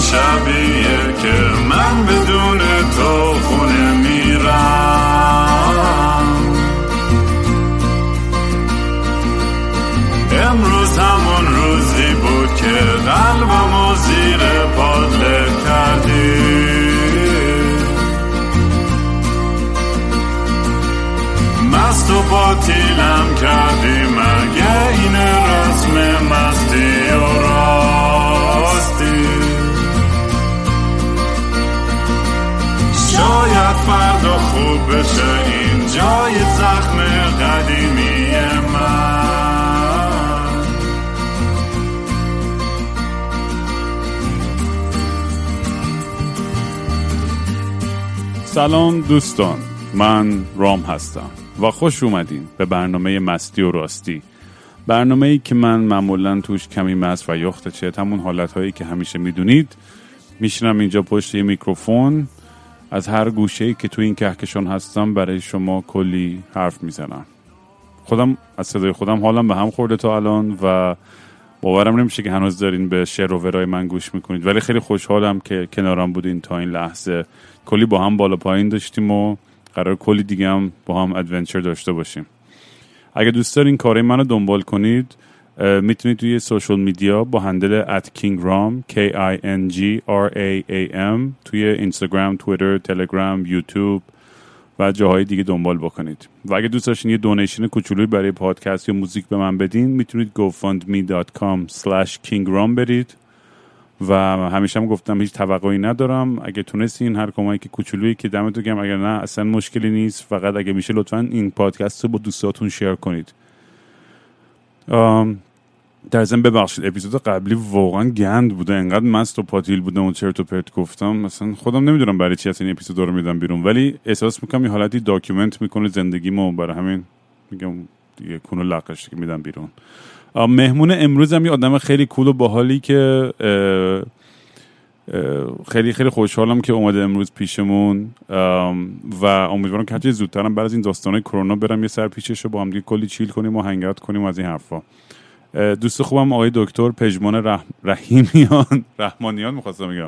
شبیه که من بدون تو خونه میرم. امروز همون روزی بود که قلبمو زیر پات له کردی. مست و باطیلم کردی، مگه این رسم مستی و راستی؟ شاید فردا خوب بشه این جای زخم قدیمی من. سلام دوستان، من رام هستم و خوش اومدین به برنامه مستی و راستی. برنامه‌ای که من معمولاً توش کمی مست و یخت چت، همون حالت‌هایی که همیشه میدونید. میشینم اینجا پشت یه میکروفون، از هر گوشه‌ای که تو این کهکشان هستم برای شما کلی حرف میزنم. خودم از صدای خودم حالم به هم خورده تا الان و باورم نمیشه که هنوز دارین به شعر و ورای من گوش میکنید، ولی خیلی خوشحالم که کنارم بودین تا این لحظه. کلی با هم بالا پایین داشتیم و قرار کلی دیگه هم با هم ادونچر داشته باشیم. اگه دوست دارین کارهای منو دنبال کنید، میتونید توی سوشال میدیا با هندل @kingram KINGRAAM توی اینستاگرام، توییتر، تلگرام، یوتیوب و جاهای دیگه دنبال بکنید. و اگه دوست داشتین یه دونیشن کوچولویی برای پادکست یا موزیک به من بدین، میتونید gofundme.com/kingram برید. و همیشه هم گفتم هیچ توقعی ندارم. اگه تونستین هر کمکی کوچولویی که دمتون گرم، اگر نه اصلا مشکلی نیست. فقط اگه میشه لطفاً این پادکست رو با دوستاتون شیر کنید. در ضمن ببخشید اپیزود قبلی واقعا گند بوده، انقدر مست و پاتیل بودم و چرت و پرت گفتم، مثلا خودم نمیدونم برای چی اصلا این اپیزود رو میدم بیرون، ولی احساس میکنم یه حالتی داکیومنت میکنه زندگیمو، برای همین میگم دیگه کنو لقش که میدم بیرون. مهمون امروز هم یه آدم خیلی کول و باحالی که خیلی خیلی خوشحالم که اومده امروز پیشمون و امیدوارم که هرچی زودترم بعد از این داستانای کرونا برم یه سر پیشش رو با هم دیگه کلی چیل کنیم و هنگ اوت کنیم از این حرفا. دوست خوبم آقای دکتر پژمان رحمانیان می‌خواستم بگم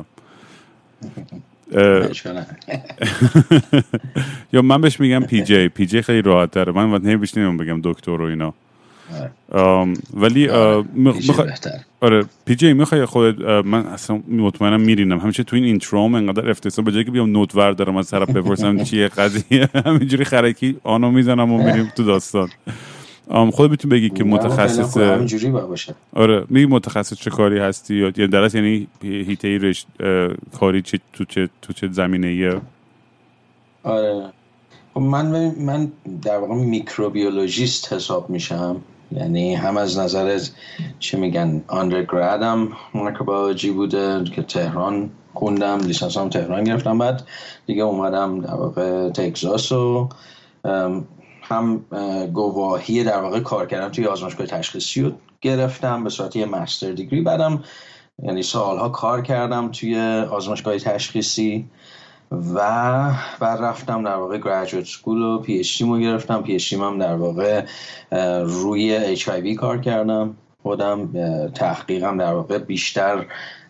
یا من بهش میگم پی جی خیلی راحت تره، من وقتی نمی‌بشنم بگم دکتر و اینا. ولی آره پی جی میخوای خودت، من اصلا مطمئنم میرینم همیشه تو این اینتروم انقدر افتضاح، به جای که بیام نوت ور دارم از طرف بپرسم چیه قضیه، همینجوری خرکی آنو میزنم و میریم تو داستان. خود میتونی بگی که متخصص همینجوری باشه. آره میگی متخصص چه کاری هستی یا درست یعنی هیته کاری تو چه زمینه‌ایه؟ آره من در واقع میکروبیولوژیست حساب میشم، یعنی هم از نظر چه میگن آندرگرادم میکروبیولوژی بوده که تهران خوندم، لیسانسم تهران گرفتم، بعد دیگه اومدم در واقع تگزاس و هم گواهی در واقع کار کردم توی آزمایشگاه تشخیصی رو گرفتم به صورت یه مستر دیگری، بعدم یعنی سالها کار کردم توی آزمایشگاه تشخیصی و بعد رفتم در واقع گریجویت اسکول و پی اچ دی مو گرفتم. پی اچ دی هم در واقع روی اچ آی وی کار کردم خودم. تحقیقم در واقع بیشتر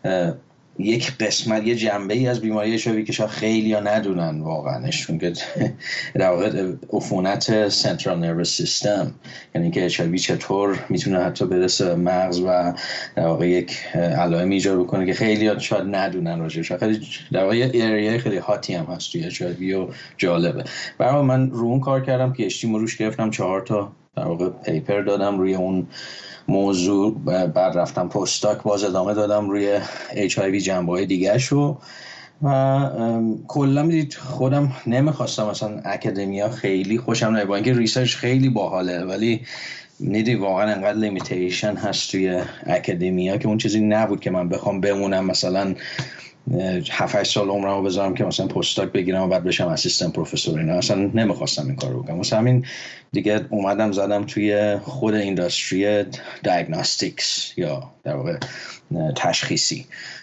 یک قسمت یه جنبه ای از بیماری اچ آی وی که شاید خیلی ها ندونن واقعاش، چون که در واقع عفونت سنترال نروس سیستم، یعنی که اچ آی وی چطور میتونه حتی برسه مغز و در واقع یک علائم ایجاد بکنه که خیلی ها شاید ندونن راجعش. خیلی در واقع یه ایریای خیلی هاتی هم هست توی اچ آی وی و جالبه. برای من رو اون کار کردم، پی اچ دی مو روش گرفتم، 4 تا در واقع پیپر دادم روی اون موضوع. بعد رفتم پستاک باز ادامه دادم روی HIV جنبه‌های دیگه شو و کلا میدید خودم نمیخواستم مثلا اکادمیا خیلی خوشم نمیاد، با اینکه ریسرچ خیلی باحاله، ولی نیدی واقعا انقدر لیمیتیشن هست توی اکادمیا که اون چیزی نبود که من بخوام بمونم مثلا 7-8 سال عمرمو بذارم که مثلا پستاک بگیرم و بعد بشم اسیستنت پروفسور. اینا اصلا نمیخواستم این کارو بکنم، واسه همین دیگه اومدم زدم توی خود اینداستری دیاگنوستیکس یا در واقع تشخیصی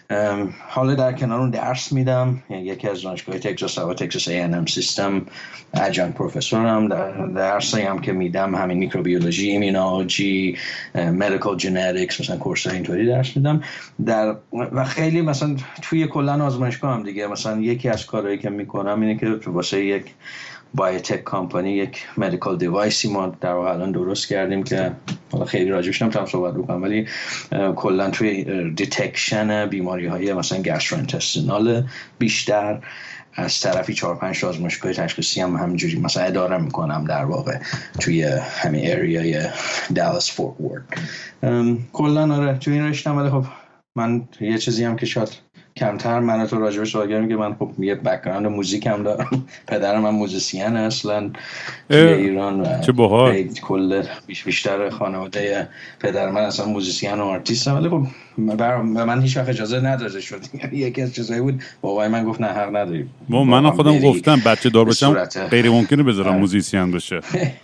حالا در کنار اون درس میدم، یکی از دانشگاه تگزاس A&M سیستم ادجانکت پروفسورم. درسی هم که میدم همین میکروبیولوژی، ایمونولوژی، مدیکال ژنتیکس، مثلا کورس اینطوری درس میدم و خیلی مثلا توی کلا آزمایشگاه هم دیگه مثلا یکی از کارهایی که میکنم اینه که واسه یک بایوتک کمپانی یک مدیکال دیوایسی ما در واقع الان درست کردیم که حالا خیلی راجعش نمیتونم صحبت بکنم، ولی کلا توی دیتکشن بیماری‌های مثلا گاستروانتستینال بیشتر از طرفی 4-5 آزمایشگاه تشخیصی هم همینجوری مثلا اداره میکنم در واقع توی همین اریای دالاس فورت ورد. کلا آره توی این رشته‌ام. ولی خب من یه چیزی هم که شاید کمتر من تو راجبش آگاهیم که من خب یه بک‌گراند موزیک هم دارم. پدرم من موزیسین اصلا توی ایران و چه باحال. کل بیشتر خانواده پدر من اصلا موزیسین و آرتیست هم. ولی خب من هیچ وقت اجازه نداده شد. یکی از چیزایی بود بابای من گفت نه حق نداری. من خودم گفتم بچه دار بشم غیر ممکنه بذارم موزیسین بشه.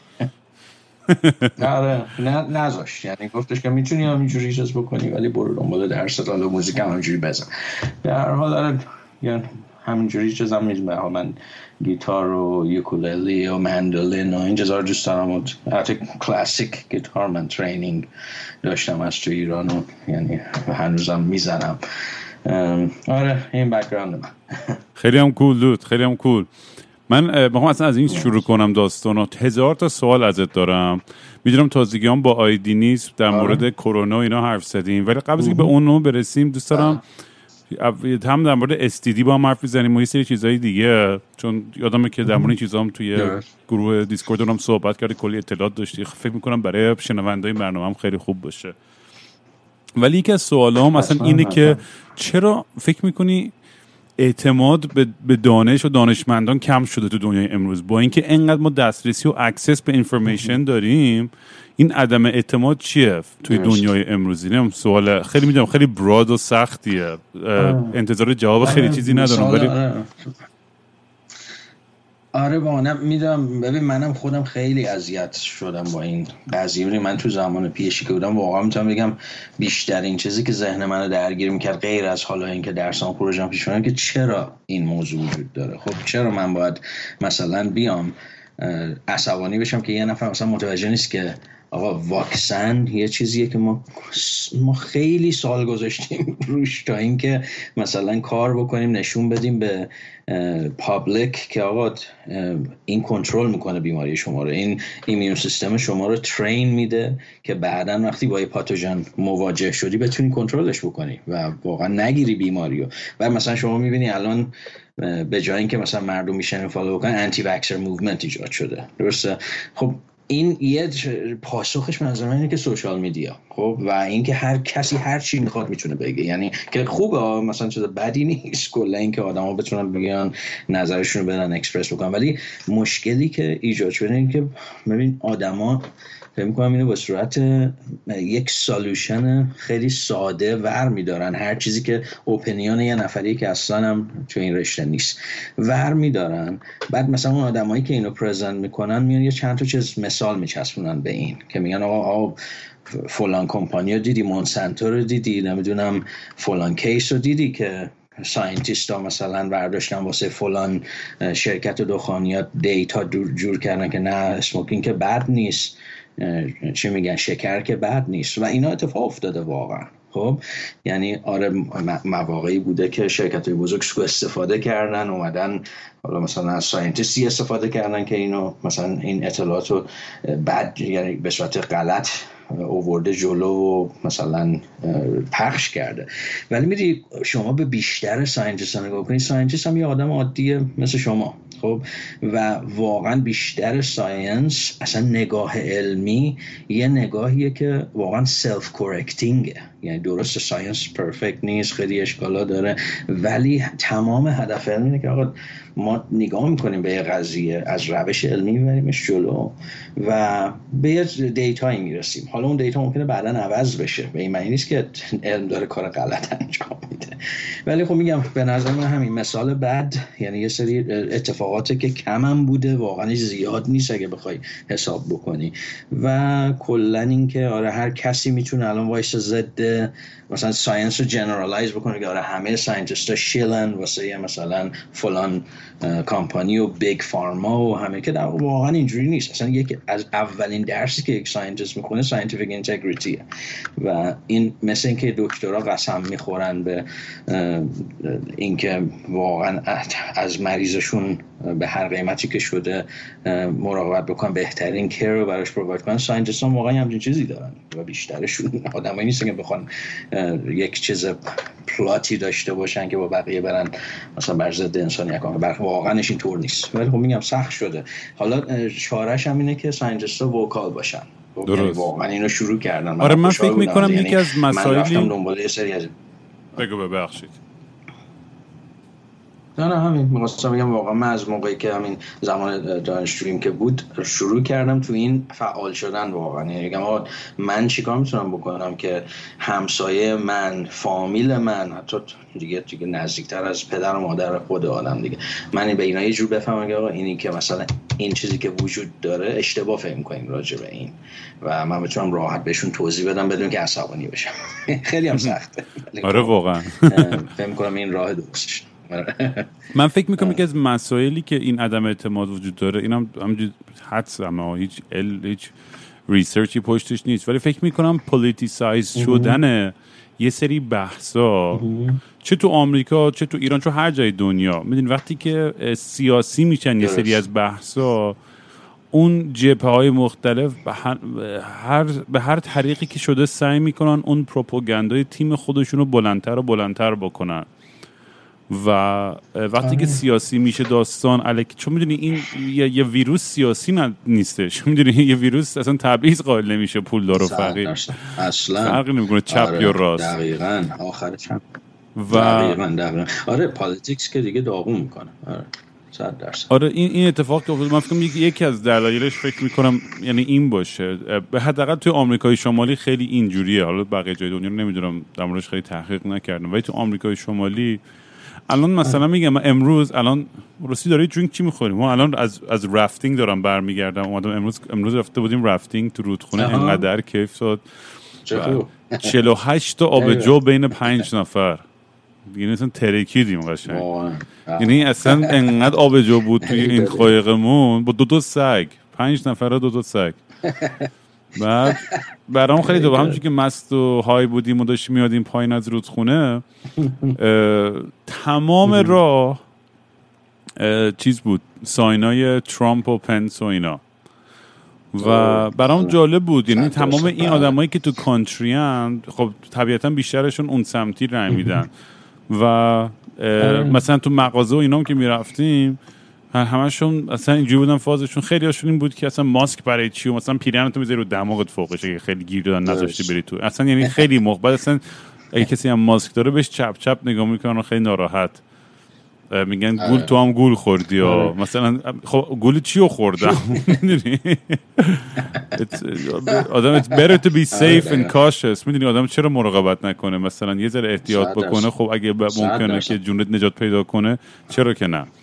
آره نذاشت، یعنی گفتش که میتونی همینجوری چیز بکنی ولی برو دنبال درست، حالا موزیک هم همینجوری بزن. در حال یعنی همینجوری چیزام میذارم. من گیتار و یوکوللی و ماندولین و این چیزا رو دوست دارم و حتی کلاسیک گیتار من ترینینگ داشتم از تو ایران و یعنی هنوزم میزنم. آره این بک‌گراند من. خیلی هم کول دود، خیلی هم کول. من بخوام اصلا از این شروع کنم داستانو. 1000 تا سوال ازت دارم. میدونم تازگیام با آیدی نیست در مورد کرونا اینا حرف زدیم، ولی قبل از اینکه به اونو برسیم دوست دارم هم در مورد STD با هم حرف بزنیم و یه سری چیزای دیگه، چون یادمه که در مورد این چیزا هم توی گروه دیسکورد هم صحبت کردی، کلی اطلاعات داشتی. فکر میکنم برای شنوندای برنامه هم خیلی خوب باشه. ولی یکی از سوالام اصلا اینه که چرا فکر میکنی اعتماد به دانش و دانشمندان کم شده تو دنیای امروز؟ با اینکه انقدر ما دسترسی و اکسس به اینفورمیشن داریم، این عدم اعتماد چیه توی دنیای امروزی؟ نمیدونم، سوال خیلی میدونم خیلی براد و سختیه، انتظار جواب خیلی چیزی ندارم ولی آره با میدونم. ببین منم خودم خیلی اذیت شدم با این قضیه. من تو زمان پیشی که بودم واقعا میتونم بگم بیشترین چیزی که ذهن منو درگیر میکرد غیر از حالا اینکه درسام پروژه‌ام پیش میره که چرا این موضوع وجود داره. خب چرا من باید مثلا بیام عصبانی بشم که یه نفر مثلا متوجه نیست که آقا واکسن یه چیزیه که ما خیلی سال گذاشتیم روش تا اینکه مثلا کار بکنیم نشون بدیم به پابلیک که آقا این کنترل میکنه بیماری شما رو، این ایمیون سیستم شما رو ترین میده که بعداً وقتی با یه پاتوژن مواجه شدی بتونی کنترلش بکنی و واقعا نگیری بیماری رو. و مثلا شما میبینی الان به جای اینکه مثلا مردم میشن فالو بکنن انتی واکسر موومنت ایجاد شده، درسته؟ خب این یه پاسخش منظور اینه که سوشال میدیا، خب و اینکه هر کسی هر چی میخواد میتونه بگه، یعنی که خوبه مثلا چیز بدی نیست کلا اینکه آدما بتونن بگن نظرشون رو بدن اکسپرس بکنن، ولی مشکلی که ایجاد شده اینه که ببین آدما فکر می‌کنم اینو به صورت یک سالوشن خیلی ساده ور می‌دارن، هر چیزی که اپینیون یه نفری که اصلا هم تو این رشته نیست ور می‌دارن. بعد مثلا اون آدمایی که اینو پرزنت میکنن میان یه چند تا چیز مثال میچسبونن به این که میگن آقا فلان کمپانی رو دیدی، مونسانتو رو دیدی، نمیدونم فلان کیس رو دیدی که ساینتیست ها مثلا برداشتن واسه فلان شرکت دخانیات دیتا جور کردن که نه اسموکینگ که بد نیست، چی میگن شکر که بد نیست و اینا اتفاق افتاده واقعا. خب یعنی آره مواقعی بوده که شرکت‌های بزرگ سوء استفاده کردن، اومدن حالا مثلا از ساینتیستی استفاده کردن که اینو مثلا این اطلاعات رو بد یعنی به صورت غلط آورده جلو و مثلا پخش کرده. ولی میری شما به بیشتر ساینتیست ها نگاه کنید، ساینتیست هم یه آدم عادیه مثل شما، خب و واقعا بیشتر ساینس اصلا نگاه علمی یه نگاهیه که واقعا سلف کورکتینگه، یعنی درست ساینس پرفکت نیست، خیلی اشکالا داره، ولی تمام هدف علمی اینه که آقا ما نگاه میکنیم به یه قضیه از روش علمی میبریمش جلو و به یه دیتایی میرسیم. حالا اون دیتا ممکنه بعدا عوض بشه، به این معنی نیست که علم داره کار غلط انجام میده، ولی خب میگم به نظر من همین مثال بعد یعنی یه سری اتفاقات اتفاقاته که کم هم بوده، واقعا زیاد نیست اگه بخوای حساب بکنی. و کلا این که آره هر کسی میتونه الان وایس ضد مثلا ساینس رو جنرالایز بکنه که آره همه ساینتیست‌ها شیلن واسه مثلا فلان کمپانی و بیگ فارما و همه، که واقعا اینجوری نیست. اصلا یک از اولین درسی که یک ساینتیست میخونه ساینتیفیک اینتگریتیه و این مثل اینکه دکترها قسم میخورن به اینکه واقعا از مریضشون به هر قیمتی که شده مراقبت بکنن، بهترین کیر رو براش پروواید کنن. ساینتیست‌ها واقعا همچین چیزی دارن و بیشترشون آدمایی نیستن که بخوان یک چیز پلاتی داشته باشن که با بقیه برن مثلا بر ضد انسانیت کنن. واقعا این طور نیست، ولی خب میگم سخت شده. حالا چاره‌اش هم اینه که ساینتیست‌ها وکال باشن. یعنی واقعا اینو شروع کردن. آره من فکر می‌کنم یکی از مسائلی، من رفتم دنبال یه سری از بگو ببخشید. نه همین می‌خواستم بگم واقعا من از موقعی که همین زمان دانشجوییم که بود شروع کردم تو این فعال شدن واقعا. یعنی میگم من چیکار میتونم بکنم که همسایه من، فامیل من، حتی دیگه نزدیکتر از پدر و مادر خود آدم دیگه، من به اینا یه جور بفهمم که آقا اینی که مثلا این چیزی که وجود داره اشتباه فهم می‌کنیم راجع به این و من بتونم راحت بهشون توضیح بدم بدون که عصبانی بشم. خیلی هم سخته. آره واقعا فهم می‌کنم این راه درستشه. من فکر میکنم یکی از مسائلی که این عدم اعتماد وجود داره، اینم همینجوری حدسم، هیچ ریسرچی پشتش نیست، ولی فکر میکنم پولیتیسایز شدن یه سری بحثا چه تو آمریکا چه تو ایران چه هر جای دنیا، میدونی وقتی که سیاسی میشن یه سری از بحثا، اون جبهه‌های مختلف به هر طریقی که شده سعی میکنن اون پروپاگاندای تیم خودشون رو بلندتر و بلندتر بکنن و وقتی که سیاسی میشه داستان الکی، چون میدونی این یه ویروس سیاسی نیستش، میدونی یه ویروس اصلا تبعیض قائل نمیشه پولدار و فقیر، اصلا فرقی نمیکنه چپ یا راست. دقیقاً آخر چپ و دقیقاً آره پالیتیکس که دیگه داغون میکنه. آره 100%. آره این اتفاق که افتاد، من فکر کنم یکی از دلایلش فکر میکنم یعنی این باشه، به حداقل توی آمریکای شمالی خیلی اینجوریه. حالا بقیه جای دنیا رو نمیدونم، در موردش خیلی تحقیق نکردم، ولی تو آمریکای شمالی الان مثلا میگم امروز الان روسی داره درینک چی میخوریم، ما الان از رافتینگ دارم برمیگردم، اومدم امروز رفته بودیم رافتینگ تو رودخونه، انقدر کیف شد. 48 تا آبجو بین 5 نفر، یعنی اصلا ترکیدیم قشنگ، یعنی اصلا انقدر آبجو بود توی این قایقمون با دو سگ، 5 نفره دو سگ. بعد برام خیلی دوباره همونجوری که مست و های بودیم و داشتیم میادیم پایین از رودخونه، تمام راه چیز بود، ساینای ترامپ و پنس و اینا، و برام جالب بود. یعنی تمام این آدمایی که تو کانتری ان خب طبیعتا بیشترشون اون سمتی رای میدن و مثلا تو مغازه و اینام که میرفتیم همشون اصلا اینجوری بودن، فازشون خیلی هاشون این بود که اصلا ماسک برای چی، و مثلا پیرهنتو میذاری رو دماغت فوقش اگه خیلی گیر دادن نذاشتی بری تو، اصلا یعنی خیلی مخبت. اصلا اگه کسی هم ماسک داره بهش چپ چپ نگاه میکنن و خیلی ناراحت میگن گول تو هم گول خوردی، یا مثلا خب گول چیو خوردم. آدم it's better to be safe and cautious. میدونی آدم چرا مراقبت نکنه، مثلا یه ذره احتیاط بکنه، خب اگه ممکنه که جونت نجات پیدا کنه چرا که نه.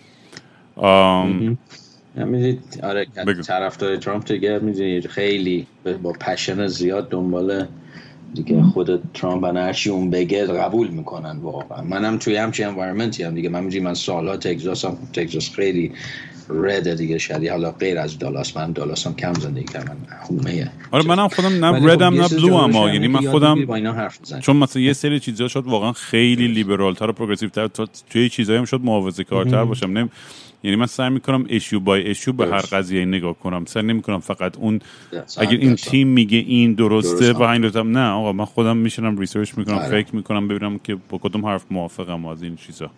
میدید آره طرفدار ترامپ دیگه میدونید خیلی با پشن زیاد دنبال دیگه خود ترامپ و هرچی اون بگه قبول میکنن. واقعا منم توی همچین انوایرمنتی هم دیگه، من سالها تگزاس خیلی رده دیگه، شاید حالا غیر از دالاس، من دالاس هم کم زندگی کردم، خونه‌ایه. آره منم خودم نه ردم نه بلو، اما یعنی من خودم چون مثلا یه سری چیزا شد واقعا خیلی لیبرال تر و پروگرسیو تر، توی چیزایی هم شد محافظه‌کارتر باشم. یعنی من سعی میکنم ایشو بای ایشو به هر قضیه نگاه کنم، سعی نمیکنم فقط اون اگر این تیم میگه این درسته و این دوتام، نه آقا من خودم میشینم ریسرچ میکنم، فکر میکنم ببینم که با کدوم حرف موافقم از این چیزا.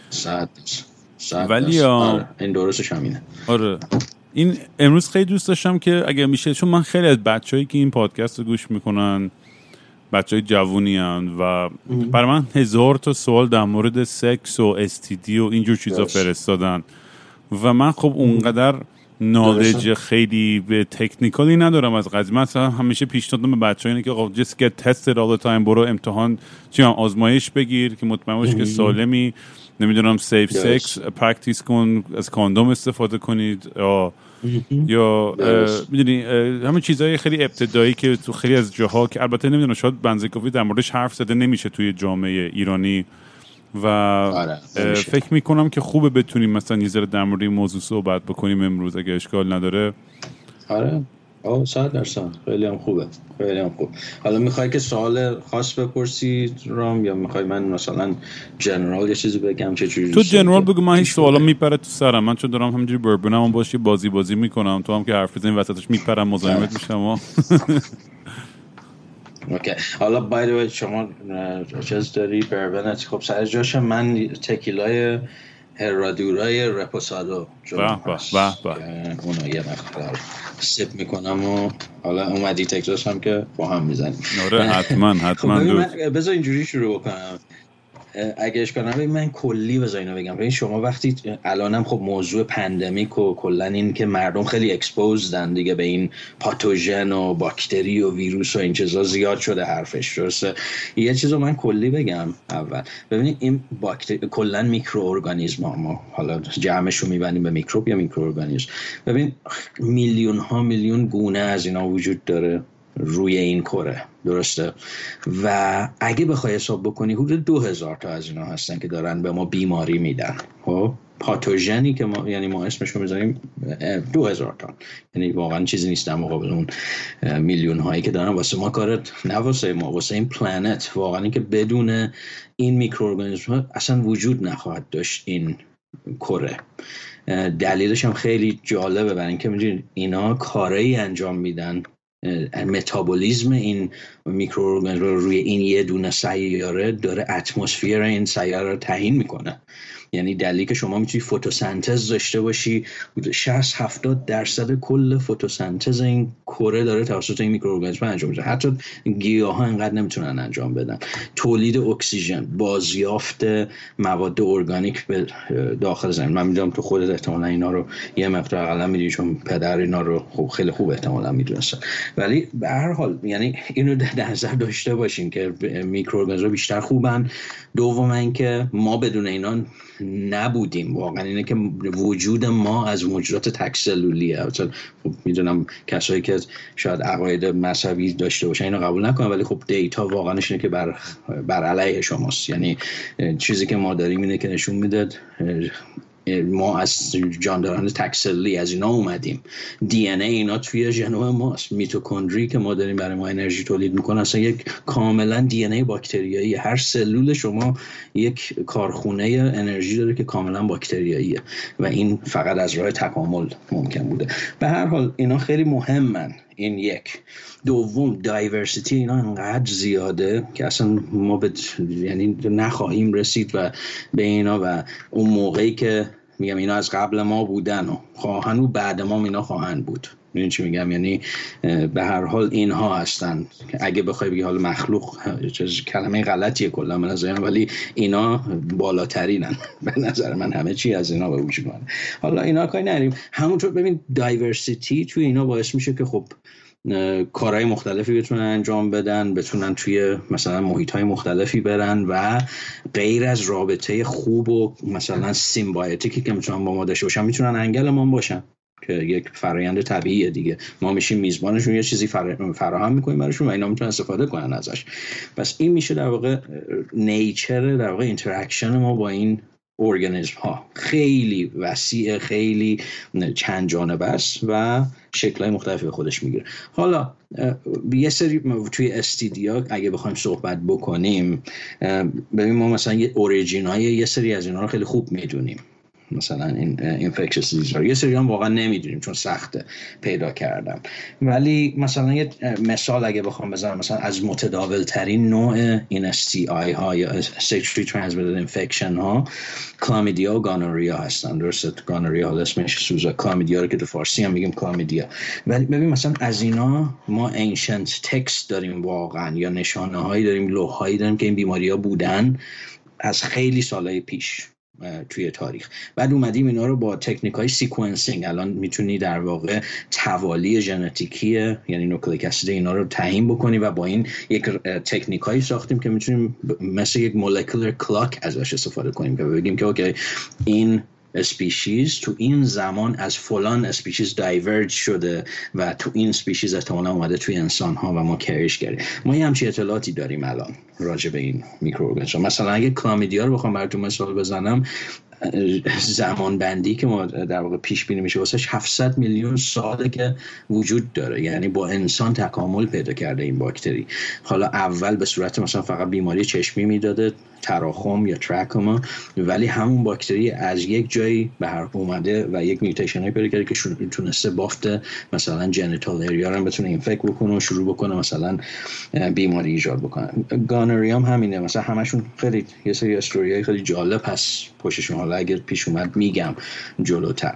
ولی این درستش همینه. آره این امروز خیلی دوست داشتم که اگه میشه، چون من خیلی از بچه‌هایی که این پادکست رو گوش میکنن بچه‌های جوونی هستند و برای من 1000 تا سوال در مورد سکس و استیدی و اینجور چیزا فرستادن و من خب اونقدر نالج خیلی به تکنیکالی ندارم از قضیه. مثلا همیشه پیشنهاد به بچه‌ها اینه که آقا just get tested all the time، برو امتحان آزمایش بگیر که مطمئن باشی که سالمی، نمیدونم سیف سکس پرکتیس کن، از کاندوم استفاده کنید یا میدونی همه چیزهای خیلی ابتدایی که تو خیلی از جاها که البته نمیدونم شاید بنزه کافی در موردش حرف زده نمیشه توی جامعه ایرانی و فکر میکنم که خوبه بتونیم مثلا یه ذره در مورد این موضوع صحبت بکنیم امروز اگه اشکال نداره. آره 100% خیلی هم خوبه، خیلی هم خوب. حالا میخوای که سوال خاص بپرسی رام یا میخوای من مثلا جنرال یه چیزی بگم؟ چه جوری؟ تو جنرال بگو، من هیچ سوالا میپره تو سرم، من چون دارم همینجوری بربنم باشه بازی میکنم، تو هم که حرف بزنی وسطش میپرم مزاحمت میشم. اوکی. حالا باید شما چیز داری بربنت؟ خب سر جاش من تکیلای هرادورای رپوسادو به اونو یه مقدار سیپ میکنم و حالا اومدی تکساس هم که با هم میزنیم. آره حتما بذار اینجوری شروع بکنم اگه اشکال نداره. من کلی بذار اینو بگم. ببین شما وقتی الانم خب موضوع پندمیک و کلا این که مردم خیلی اکسپوزدن دیگه به این پاتوژن و باکتری و ویروس و این چیزا زیاد شده حرفش، درسته؟ یه چیزو من کلی بگم اول. ببینید این باکتری کلا میکروارگانیسم ها، ما حالا جمعش رو میبندیم به میکروب یا میکروارگانیسم. ببین میلیون ها میلیون گونه از اینا وجود داره روی این کره، درسته؟ و اگه بخوای حساب بکنی حدود 2000 تا از اینا هستن که دارن به ما بیماری میدن. خب پاتوژنی که ما یعنی ما اسمشو میذاریم 2000 تا، یعنی واقعا چیزی نیست در مقابل اون میلیون هایی که دارن واسه ما کارت، نه واسه ما، واسه این پلنت. واقعا که بدون این میکروارگانیسم ها اصلا وجود نخواهد داشت این کره. دلیلش هم خیلی جالبه، برای اینکه میدونید اینا کاری انجام میدن، متابولیسم این میکروارگانیسم روی این یه دونه سیاره داره اتمسفر این سیاره رو تعیین میکنه. یعنی دلیلی که شما میتونی فتوسنتز داشته باشی 60-70% کل فتوسنتز این کره داره توسط این میکروارگانیسم انجام میشه. حتی گیاها انقدر نمیتونن انجام بدن. تولید اکسیژن، بازیافت مواد ارگانیک به داخل زمین. من میدونم تو خودت احتمالاً اینا رو یه مقدار اقلا میدونی چون پدر اینا رو خیلی خوب احتمالاً میدونستن، ولی به هر حال یعنی اینو در نظر داشته باشین که میکروارگانیسم بیشتر خوبن. دوم اینکه ما بدون اینا نبودیم. واقعا اینه که وجود ما از موجودات تک سلولیه. خب میدونم کسایی که شاید عقاید مذهبی داشته باشن اینو قبول نکنن، ولی خب دیتا واقعاش اینه که بر علیه شماست. یعنی چیزی که ما داریم اینه که نشون میده ما از جانداران تکسلی از اینا اومدیم. دی ان ای اینا توی ژنوم ماست. میتوکندری که ما داریم برای ما انرژی تولید میکنه اصلا یک کاملا دی ان ای باکتریایی. هر سلول شما یک کارخونه انرژی داره که کاملا باکتریاییه و این فقط از راه تکامل ممکن بوده. به هر حال اینا خیلی مهمن. این یک. دوم دایورسیتی اینا انقدر زیاده که اصلا ما یعنی نخواهیم رسید و به اینا و اون موقعی که میگم اینا از قبل ما بودن و خواهن و بعد ما اینا خواهند بود. میدونی چی میگم؟ یعنی به هر حال اینها هستن. اگه بخوای بگی حالا مخلوق کلمه غلطیه کلا به نظر من، ولی اینا بالاترینن به نظر من. همه چی از اینا به وجود اومده. حالا اینا کاری نداریم. همونطور ببین دایورسیتی توی اینا باعث میشه که خب کارهای مختلفی بتونن انجام بدن، بتونن توی مثلا محیطهای مختلفی برن و غیر از رابطه خوب و مثلا سیمبایوتیکی که میتونن با ما داشته باشن میتونن انگل ما باشن که یک فرآیند طبیعیه دیگه. ما میشیم میزبانشون، یه چیزی فراهم میکنیم براشون و اینا میتونن استفاده کنن ازش. پس این میشه در واقع نیچر، در واقع اینتراکشن ما با این ارگانیسم ها. خیلی وسیع، خیلی چند جانبه است و شکل‌های مختلفی به خودش میگیره. حالا یه سری توی استیدیا اگه بخوایم صحبت بکنیم، ببین ما مثلا یه اوریجینای یه سری از اینا رو خیلی خوب میدونیم. مثلا این اینفکشس دیزیز یه سری هم واقعا نمیدونیم چون سخته پیدا کردن. ولی مثلا یه مثال اگه بخوام بزنم، مثلا از متداول ترین نوع این STI ها یا sexually transmitted infection ها کلامیدیا و گانوریا هستن. درسته؟ گانوریا حالا اسمش سوزا، کلامیدیا رو که تو فارسی هم میگیم کلامیدیا. ولی ببین مثلا از اینا ما ancient text داریم واقعا، یا نشانه هایی داریم، لوحایی داریم که این بیماری ها بودن از خیلی سالهای پیش. توی تاریخ. بعد اومدیم اینا رو با تکنیک‌های سیکونسینگ، الان میتونی در واقع توالی ژنتیکی یعنی نوکلیک اسید اینا رو تعیین بکنی و با این یک تکنیک‌هایی ساختیم که میتونیم مثل یک مولکولر کلاک ازش استفاده کنیم که بگیم که اوکی این اسپیشیز تو این زمان از فلان اسپیشیز دایورج شده و تو این اسپیشیز احتمالاً اومده توی انسان ها و ما کریش کردیم. ما یه همچین اطلاعاتی داریم الان راجع به این میکروارگانیسم. مثلا اگه کلامیدیا رو بخوام براتون مثال بزنم، زمان بندی که ما در واقع پیش بینی میشه واسه 700 میلیون ساله که وجود داره، یعنی با انسان تکامل پیدا کرده این باکتری. حالا اول به صورت مثلا فقط بیماری چشمی میداده، تراخم یا تراکوما، ولی همون باکتری از یک جایی به هر اومده و یک میوتیشنی پیدا کرده که تونسته بافت مثلا جنیتال اریا رو بتونه اینفکت بکنه و شروع بکنه مثلا بیماری ایجاد بکنه. گانوریا هم همینه، مثلا همشون خیلی یه سری استوریای خیلی جالب هست پشتشون، حالا اگر پیش اومد میگم جلوتر.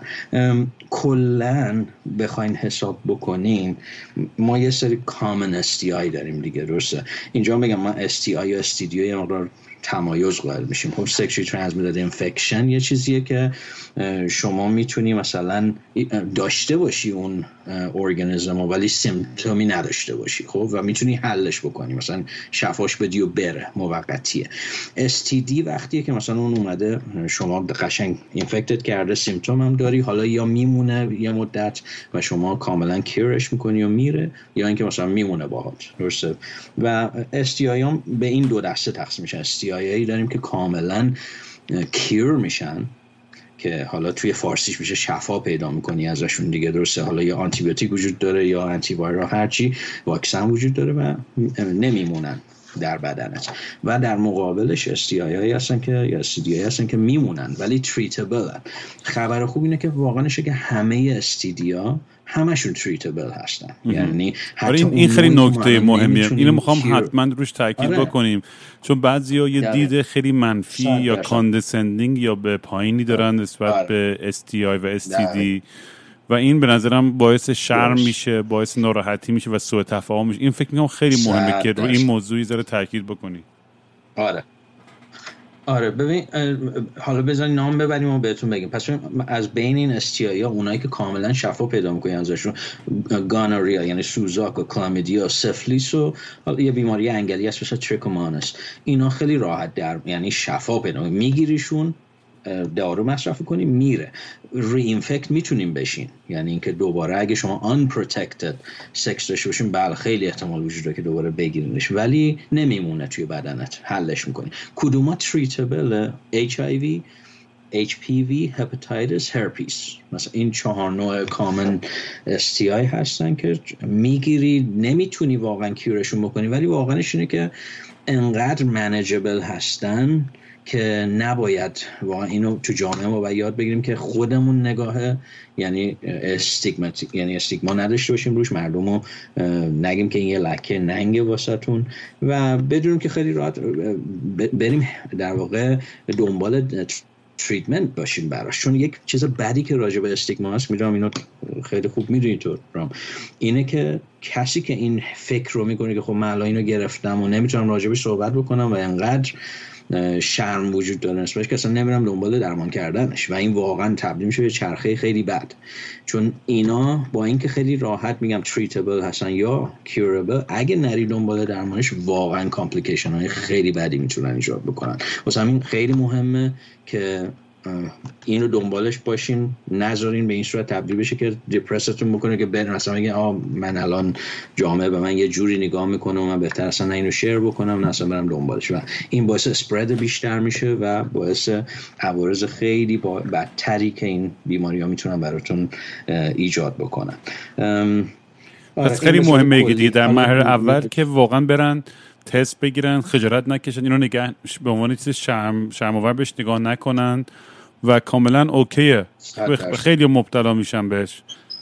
کلن بخواین حساب بکنین ما یه سری کامن STI داریم دیگه، درسته؟ اینجا میگم من STI یا STD یه مقدار تمایز قائل میشیم. خب sexually transmitted infection یه چیزیه که شما میتونی مثلا داشته باشی اون ارگانیسم ولی سیمپتومی نداشته باشی، خب، و میتونی حلش بکنی، مثلا شفاش بدی و بره، موقتیه. STD وقتیه که مثلا اون اومده شما قشنگ اینفکتد کرده، سیمپتوم هم داری، حالا یا میمونه یه مدت و شما کاملا کیورش میکنی و میره، یا اینکه مثلا میمونه باهات، درسته؟ و STI هم به این دو دسته تقسیم میشن. STI داریم که کاملا کیور میشن که حالا توی فارسیش میشه شفا پیدا میکنی ازشون دیگه، درسته؟ حالا یا آنتی بیوتیک وجود داره یا آنتی وایرال، هرچی واکسن وجود داره و نمیمونن در بدنت. و در مقابلش STI هایی هستن که یا STD هایی هستن که میمونن ولی تریتبل هستن. خبر خوب اینه که واقعاشه که همه STD ها همشون تریتبل هستن. یعنی این خیلی نکته مهمیه، اینو میخوام حتما روش تاکید بکنیم، چون بعضیا یه دید خیلی منفی یا کاندسندینگ یا به پایینی دارن نسبت به STI و STD و این به نظرم باعث شرم میشه، باعث ناراحتی میشه و سوء تفاهم میشه. این فکر میکنم خیلی مهمه که رو این موضوعی ذره تاکید بکنی. آره ببین، حالا بذارین نام ببریم و بهتون بگیم. پس از بین این STI ها اونایی که کاملا شفا پیدا میکنن ازشون گانوریا یعنی سوزاک و کلامیدیا، سفلیس و یه بیماری انگلی هست مثل تریکومانس، اینا خیلی راحت در یعنی شفا پیدا میگیریشون، دارو مصرف کنی میره. ری اینفکت میتونیم بشین، یعنی اینکه دوباره اگه شما unprotected سکس داشته باشین بله خیلی احتمال وجود داره که دوباره بگیرینش، ولی نمیمونه توی بدنت، حلش میکنی. کدوما تریتبل؟ HIV، HPV، هپاتیتس، هرپیس، مثلا این 4 نوع کامن STI هستن که میگیری، نمیتونی واقعا کیورشون بکنی، ولی واقعاش اینه که انقدر منیجبل هستن که نباید واقعا اینو تو جامعه ما باید یاد بگیریم که خودمون نگاهه، یعنی استیگما نداشته باشیم روش، مردمو نگیم که این یه لکه ننگه واسهتون و بدونیم که خیلی راحت بریم در واقع دنبال تریتمنت باشیم براش. چون یک چیز بدی که راجع به استیگما هست، میدونم اینو خیلی خوب میدونی تو رام، اینه که کسی که این فکر رو میکنه که خب من الان اینو گرفتم و نمیتونم راجعش صحبت بکنم و انقدر شرم وجود داره نسبتش که اصلا نمیرم دنبال درمان کردنش و این واقعا تبدیل میشه به چرخه خیلی بد. چون اینا با اینکه خیلی راحت میگم تریتبل هستن یا کیوربل، اگه نری دنبال درمانش واقعا کامپلیکیشن های خیلی بدی میتونن ایجاد بکنن. واسه همین خیلی مهمه که اینو دنبالش باشین، نذارین به این صورت تبدیل بشه که دیپرستون بکنه که برن مثلا بگین من الان جامعه به من یه جوری نگاه میکنه و من بهتر اصلا اینو شیر بکنم، نه اصلا برم دنبالش و این باعث اسپرد بیشتر میشه و باعث عوارض خیلی بدتری که این بیماری ها میتونن براتون ایجاد بکنن. پس خیلی مهمه دیگه در مرحله اول که واقعا برن تست بگیرن، خجالت نکشن، اینو نگه به عنوان چیز شرم‌آور بهش نگاه نکنن و کاملا اوکیه. خیلی مبتلا میشن بهش